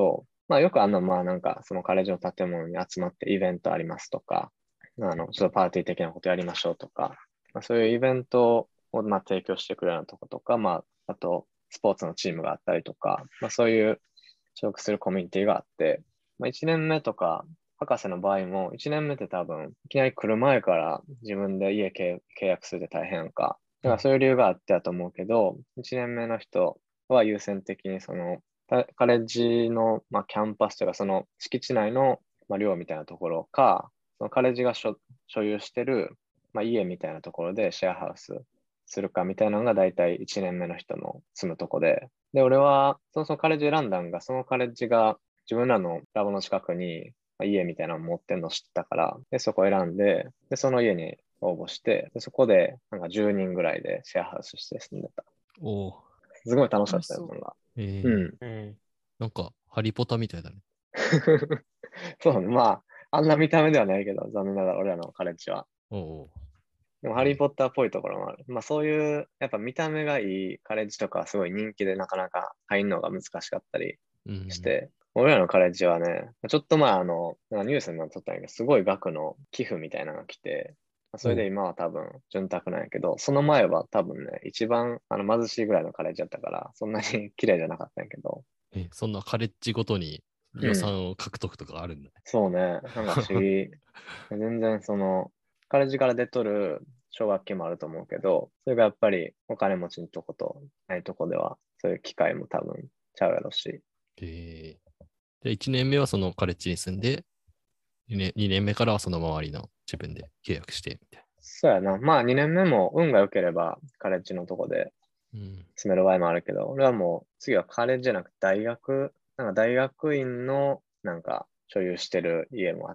まあよくまあなんかそのカレッジの建物に集まってイベントありますとか、ちょっとパーティー的なことやりましょうとか、まあ、そういうイベントをまあ提供してくれるようなとことか、まああとスポーツのチームがあったりとか、まあそういう所属するコミュニティがあって、まあ1年目とか、博士の場合も1年目って多分いきなり来る前から自分で家契約するって大変やんか。だからそういう理由があってだと思うけど、1年目の人は優先的にそのカレッジの、まあ、キャンパスというかその敷地内の、まあ、寮みたいなところか、そのカレッジが所有してる、まあ、家みたいなところでシェアハウスするかみたいなのが大体1年目の人の住むとこで、俺はそのカレッジ選んだんが、そのカレッジが自分らのラボの近くに家みたいなの持ってんの知ったから、で、そこ選んで、で、その家に応募して、でそこでなんか10人ぐらいでシェアハウスして住んでた。 おー。 すごい楽しかったよ、それが。 なんか、ハリポタみたいだね。 そうね。まあ、あんな見た目ではないけど、残念ながら俺らのカレッジは。 おう。 でも、ハリー・ポッターっぽいところもある。まあ、そういう、やっぱ見た目がいいカレッジとかはすごい人気でなかなか入るのが難しかったりして、俺らのカレッジはね、ちょっとまあ、ニュースになっとったんやけど、すごい額の寄付みたいなのが来て、それで今は多分、潤沢なんやけど、その前は多分ね、一番貧しいぐらいのカレッジだったから、そんなに綺麗じゃなかったんやけど。 そんなカレッジごとに予算を獲得とかあるんだね。 そうね、なんか不思議。全然カレッジから出とる奨学金もあると思うけど、それがやっぱりお金持ちのとことないとこでは、そういう機会も多分ちゃうやろし。 で、1年目はそのカレッジに住んで、2年目からはその周りの自分で契約してみたいな。 そうやな。まあ2年目も運が良ければカレッジのとこで住める場合もあるけど、俺はもう次はカレッジじゃなくて大学院のなんか所有してる家もあって、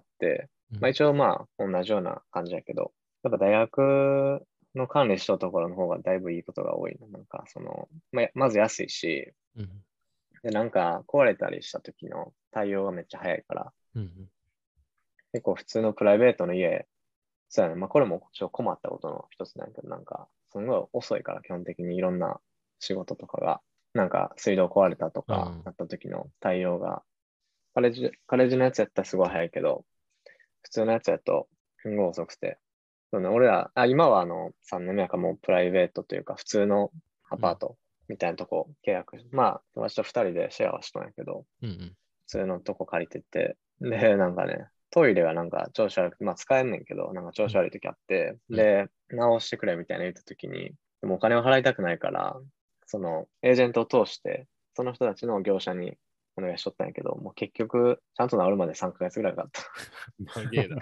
まあ一応まあ同じような感じやけど、やっぱ大学の管理しとるところの方がだいぶいいことが多いな。なんかまず安いし、で、なんか壊れたりした時の対応がめっちゃ早いから、結構普通のプライベートの家、そうやね。まあこれもちょっと困ったことの一つなんやけど、なんかすごい遅いから基本的にいろんな仕事とかが、なんか水道壊れたとかなった時の対応が、カレッジのやつやったらすごい早いけど、普通のやつやとすごい遅くて。そうね、俺ら、今は3年目やからもうプライベートというか普通のアパートみたいなとこ契約して、まあ友達と2人でシェアはしとんやけど、普通のとこ借りてて、で、なんかね、トイレがなんか調子悪くて、まあ使えんねんけど、なんか調子悪い時あって、で、直してくれみたいな言った時に、でもお金を払いたくないから、そのエージェントを通して、その人たちの業者にお願いしとったんやけど、もう結局、ちゃんと治るまで3ヶ月ぐらいかかった。 長えな。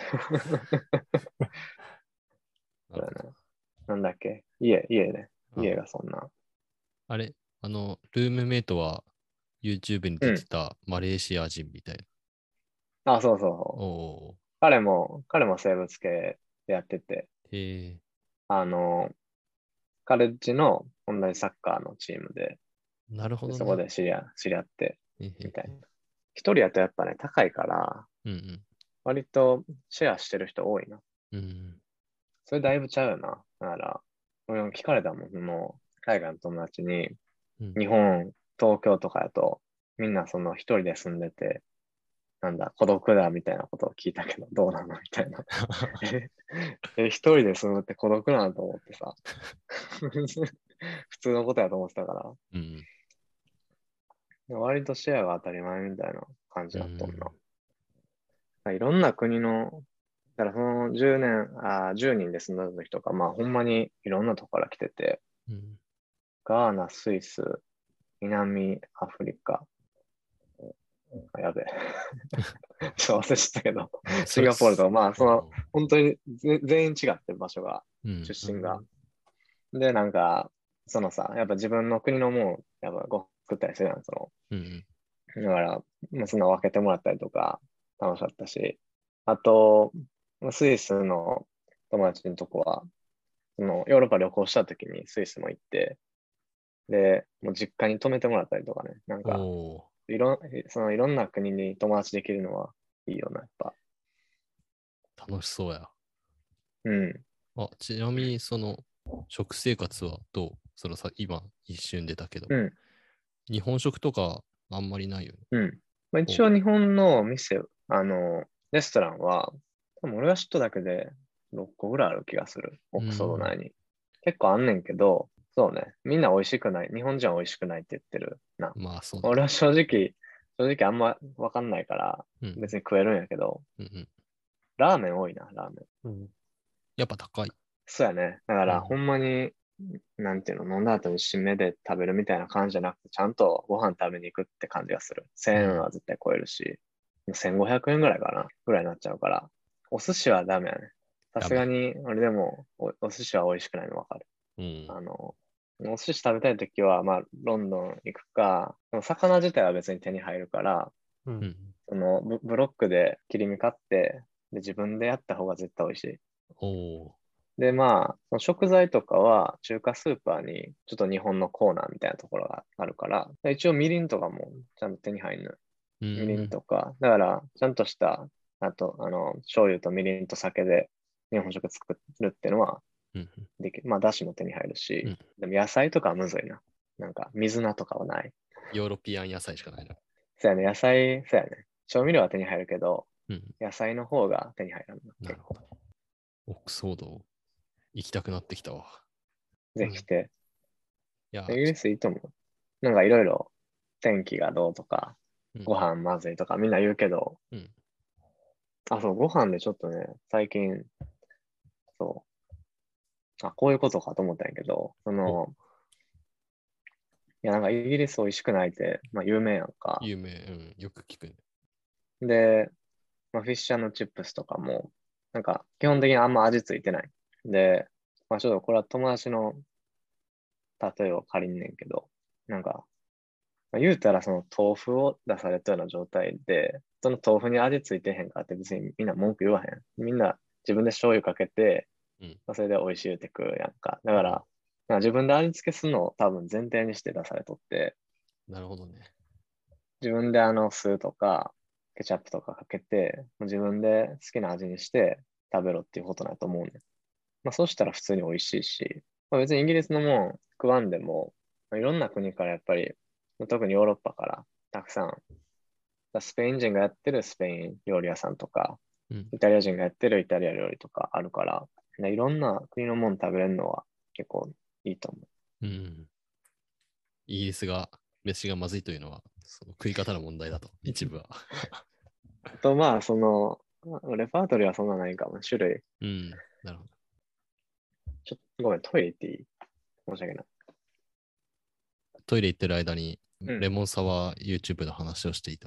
そうだね。なんだっけ家ね。家がそんな。 あれ、ルームメイトは YouTube に出てたマレーシア人みたいな。そうそう。彼も生物系でやってて、カレッジの同じサッカーのチームで、 なるほど、ね、 そこで知り合って、みたいな。一人やとやっぱね、高いから、割とシェアしてる人多いな。それだいぶちゃうよな。だから、俺も聞かれたもん、もう、海外の友達に、日本、東京とかやと、みんなその一人で住んでて、なんだ、孤独だみたいなことを聞いたけど、どうなのみたいな。一人で住むって孤独なのと思ってさ。普通のことやと思ってたから。割とシェアが当たり前みたいな感じだったもんな。いろんな国の、だからその10人で住んだ時とか、まあほんまにいろんなとこから来てて、ガーナ、スイス、南アフリカ、やべえ。ちょっと忘れちゃったけど、シンガポールとか、まあ本当に全員違って場所が、出身が。で、なんか、やっぱ自分の国のもん、やっぱ作ったりするやん、だから、まあ、そんな分けてもらったりとか、楽しかったし、あと、スイスの友達のとこは、ヨーロッパ旅行した時にスイスも行って、で、もう実家に泊めてもらったりとかね、なんか、いろんな国に友達できるのはいいよな、やっぱ。 楽しそうや。ちなみに、食生活はどう？今、一瞬出たけど、日本食とかあんまりないよね。 まあ、一応日本の店、レストランは、多分俺が知っただけで6個ぐらいある気がする。オックスフォード内に。結構あんねんけど、そうね。みんな美味しくない。日本人は美味しくないって言ってるな。 まあそうだね。 俺は正直あんまわかんないから、 うん別に食えるんやけど、 うんうん、 ラーメン多いな、ラーメン。 うん。 やっぱ高い。 そうやね。だから、 うんほんまに、なんていうの、飲んだ後に締めで食べるみたいな感じじゃなくて、ちゃんとご飯食べに行くって感じがする。1000円は絶対超えるし、1500円ぐらいかな、ぐらいになっちゃうから、お寿司はダメやね。さすがに、俺でもお寿司は美味しくないのわかる。 うん、 お寿司食べたいときは、まあ、ロンドン行くか、でも魚自体は別に手に入るから、 う。 うんん、 そのブロックで切り身買って、で自分でやった方が絶対美味しい。 おお。 で、まあ、その食材とかは中華スーパーにちょっと日本のコーナーみたいなところがあるから、一応みりんとかもちゃんと手に入るのよ。みりんとか。だから、ちゃんとした、あと、醤油とみりんと酒で日本食作るっていうのはうんできる。まあ、だしも手に入るうんし、でも野菜とかはむずいな。なんか、水菜とかはない。 ヨーロピアン野菜しかないな。 そうやね、野菜、そうやね。調味料は手に入るけど、 うん、 野菜の方が手に入らんな。 なるほど。オックスフォード行きたくなってきたわ。 ぜひ来て。 いや、 イギリスいいと思う。なんかいろいろ天気がどうとか、 うんご飯まずいとかみんな言うけど、 うんそう、ご飯でちょっとね、最近、こういうことかと思ったんやけど、なんかイギリス美味しくないって、まあ有名やんか。 有名、うん、よく聞くね。 で、まあフィッシュ&チップスとかも、なんか基本的にあんま味ついてない。で、まあちょっとこれは友達の例えを借りんねんけど、なんか、まあ、言うたらその豆腐を出されたような状態で、その豆腐に味ついてへんかって別にみんな文句言わへん。みんな自分で醤油かけて、 うんまあそれで美味しいって食うやんか。だから、なんか自分で味付けするのを多分前提にして出されとって、 なるほどね。 自分で酢とかケチャップとかかけて、自分で好きな味にして食べろっていうことなんやと思うねん。まあそうしたら普通に美味しいし、まあ、別にイギリスのもん食わんでも、まあ、いろんな国からやっぱり、特にヨーロッパからたくさん、スペイン人がやってるスペイン料理屋さんとか、 うんイタリア人がやってるイタリア料理とかあるから、いろんな国のもの食べれるのは結構いいと思う。 うん。イギリスが飯がまずいというのは、その食い方の問題だと、一部は。 あとまあ、レパートリーはそんなないかも、種類。 うん、なるほど。 ごめん、トイレ行っていい？申し訳ない。 トイレ行ってる間に、 うんレモンサワー YouTube の話をしていた。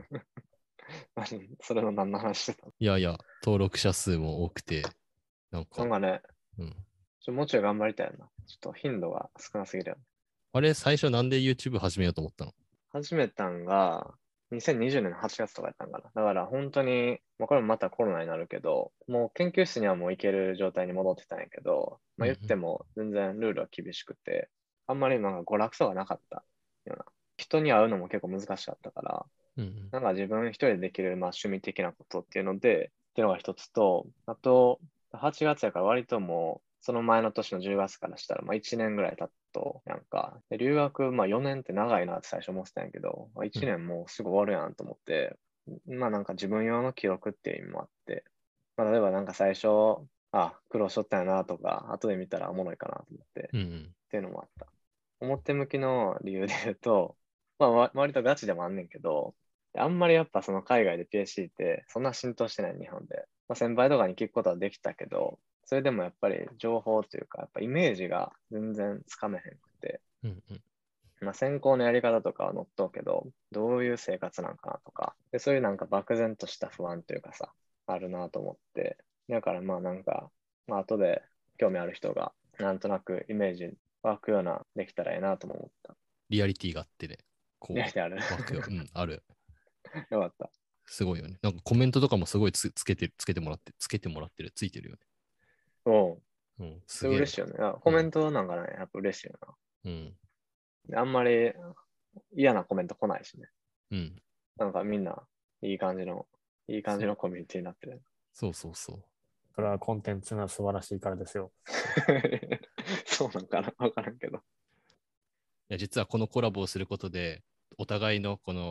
それの何の話してたの？ いやいや、登録者数も多くて、なんか、 なんかね、 うん、 もうちょい頑張りたいな。ちょっと頻度が少なすぎるよね。 あれ、最初なんで YouTube 始めようと思ったの？ 始めたんが、2020年の8月とかやったんかな。だから本当に、これもまたコロナになるけど、もう研究室にはもう行ける状態に戻ってたんやけど、まあ言っても全然ルールは厳しくて、あんまりなんか娯楽さがなかったような。人に会うのも結構難しかったから、 うんなんか自分一人でできる、まあ、趣味的なことっていうので、っていうのが一つと、あと、8月やから割ともう、その前の年の10月からしたら、まあ1年ぐらい経っと、なんか、で留学、まあ4年って長いなって最初思ってたんやけど、まあ、1年もうすぐ終わるやんと思って、まあなんか自分用の記録っていう意味もあって、まあ例えばなんか最初、苦労しとったんやなとか、後で見たらおもろいかなと思って、 うんっていうのもあった。表向きの理由で言うと、まあ割とガチでもあんねんけど、あんまりやっぱその海外で PhD ってそんな浸透してない日本で。まあ、先輩とかに聞くことはできたけど、それでもやっぱり情報というか、やっぱイメージが全然つかめへんくて、 うんうんまあ、専攻のやり方とかは載っとうけど、どういう生活なんかなとか、でそういうなんか漠然とした不安というかさ、あるなと思って、だからまあなんか、まあ後で興味ある人がなんとなくイメージ湧くようなできたらいいなとも思った。 リアリティがあってね、こう、 リアリティある湧くよ。うん、ある。 よかった。 すごいよね。なんかコメントとかもすごいつけてもらってる、ついてるよね。うん、すげえ。 嬉しいよね。コメントなんかね、やっぱ嬉しいようん。 な。あんまり嫌なコメント来ないしね。 うん。 なんかみんないい感じのコミュニティになってる。 そうそうそう。 それはコンテンツが素晴らしいからですよ。 そうなんかなわからんけど。 いや実はこのコラボをすることで、お互いのこの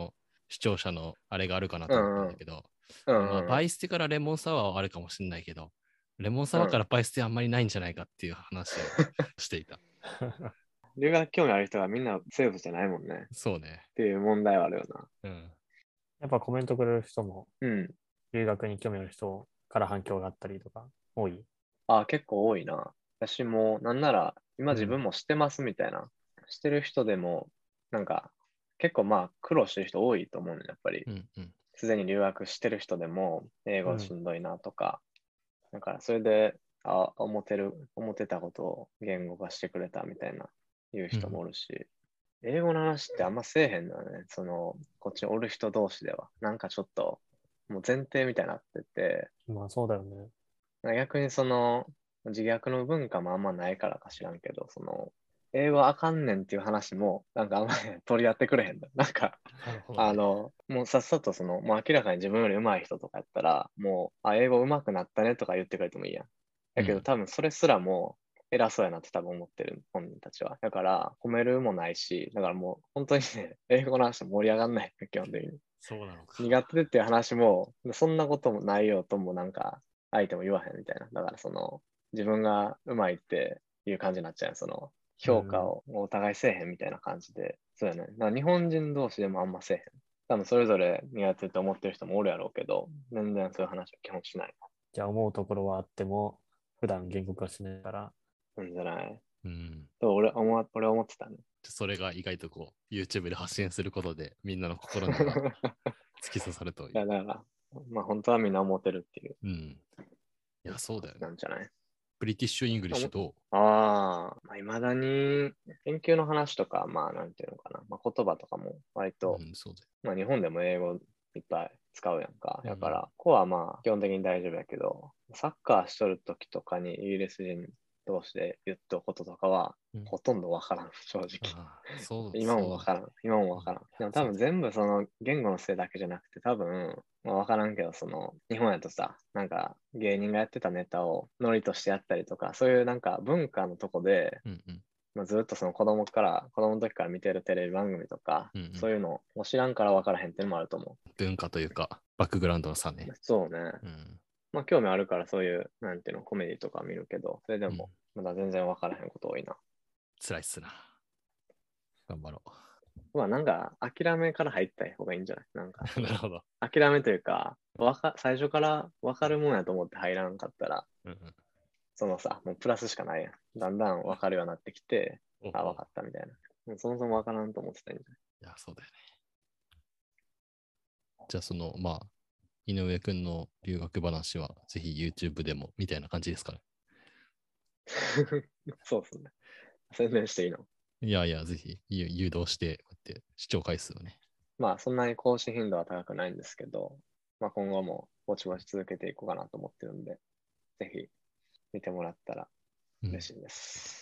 視聴者のあれがあるかなと思ったんだけど、まあ、バイステからレモンサワーはあるかもしれないけど、レモンサワーからバイステあんまりないんじゃないかっていう話をしていた。 留学興味ある人はみんな生物じゃないもんね。 そうね。 っていう問題はあるよな。 うん。 やっぱコメントくれる人も、 うん。 留学に興味ある人から反響があったりとか、多い。 あ、結構多いな。私も、なんなら、今自分もしてますみたいな。してる人でも、なんか、結構まあ、苦労してる人多いと思うね、やっぱり。 うんうん。 すでに留学してる人でも、英語しんどいなとか。だから、それで、思ってたことを言語化してくれたみたいな、言う人もおるし。英語の話ってあんませえへんのよね。こっちにおる人同士では。なんかちょっと、もう前提みたいになってて、 まあそうだよね。 逆に自虐の文化もあんまないからか知らんけど、英語あかんねんっていう話も、なんかあんまり取り合ってくれへんの。なんか、 なるほどね。 もうさっさともう明らかに自分より上手い人とかやったら、もう、英語上手くなったねとか言ってくれてもいいやん。だけど多分それすらも偉そうやなって多分思ってる本人たちは。だから褒めるもないし、だからもう本当にね、英語の話盛り上がんない、基本的に。 そうなのか。 苦手っていう話も、そんなこともないよともなんか、相手も言わへんみたいな。だから自分が上手いっていう感じになっちゃう。評価をお互いせえへんみたいな感じで。そうやね。だから日本人同士でもあんませえへん。多分それぞれ苦手って思ってる人もおるやろうけど、全然そういう話は基本しない。 じゃあ思うところはあっても、普段言語化しないから。 うんじゃない。 うん。 と俺思ってたね。 それが意外とYouTube で発信することで、みんなの心には突き刺さるという。 いや、だから、まあ本当はみんな思ってるっていう。 うん。いや、そうだよね。 なんじゃない。 ブリティッシュ・イングリッシュどう？ まあ、未だに研究の話とか、まあ、なんていうのかな、まあ、言葉とかも割と、 そうだよ。 まあ、日本でも英語いっぱい使うやんか。だから、ここはまあ、基本的に大丈夫やけど、サッカーしとるときとかにイギリス人同士で言っとくこととかは、ほとんどわからん、正直。今もわからん。今もわからん。でも多分全部言語のせいだけじゃなくて、多分、まあ、わからんけど、日本やとさ、なんか芸人がやってたネタをノリとしてやったりとか、そういうなんか文化のとこで、まあ、ずっと子供の時から見てるテレビ番組とか、そういうのを知らんからわからへんっていうのもあると思う。 文化というか、バックグラウンドの差ね。 そうね。まあ興味あるからそういう、なんていうの、コメディとか見るけど、それでもまだ全然わからへんこと多いな。 辛いっすな。頑張ろう。 まあなんか諦めから入った方がいいんじゃない？なんかなるほど。 諦めというか、最初から分かるもんやと思って入らんかったら、もうプラスしかないやん。だんだん分かるようになってきて、分かったみたいな。もうそもそも分からんと思ってたんじゃない？ いや、そうだよね。じゃあまあ、井上くんの留学話は、ぜひ YouTube でも、みたいな感じですかね。 そうっすね。宣伝していいの？ いやいや、ぜひ誘導して、こうやって視聴回数をね。 まあ、そんなに更新頻度は高くないんですけど、まあ今後もぼちぼち続けていこうかなと思ってるんで、ぜひ見てもらったら嬉しいです。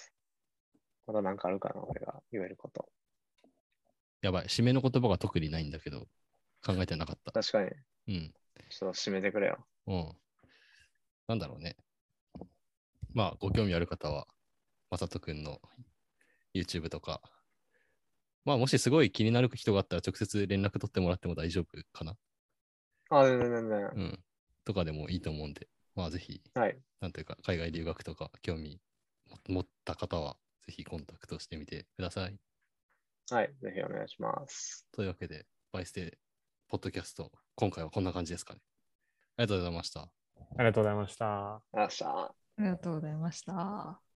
まだ何かあるかな、俺が言えること。 やばい、締めの言葉が特にないんだけど、考えてなかった。 確かに。 うん。 ちょっと締めてくれよ。 なんだろうね。まあ、ご興味ある方は、まさとくんの YouTube とか、まあ、もしすごい気になる人があったら、直接連絡取ってもらっても大丈夫かな。 全然。 とかでもいいと思うんで、まあ、ぜひ、なんていうか、海外留学とか興味持った方は、ぜひコンタクトしてみてください。 はい、ぜひお願いします。 というわけで、バイステポッドキャスト、今回はこんな感じですかね。ありがとうございました。 ありがとうございました。 ありがとうございました。 ありがとうございました。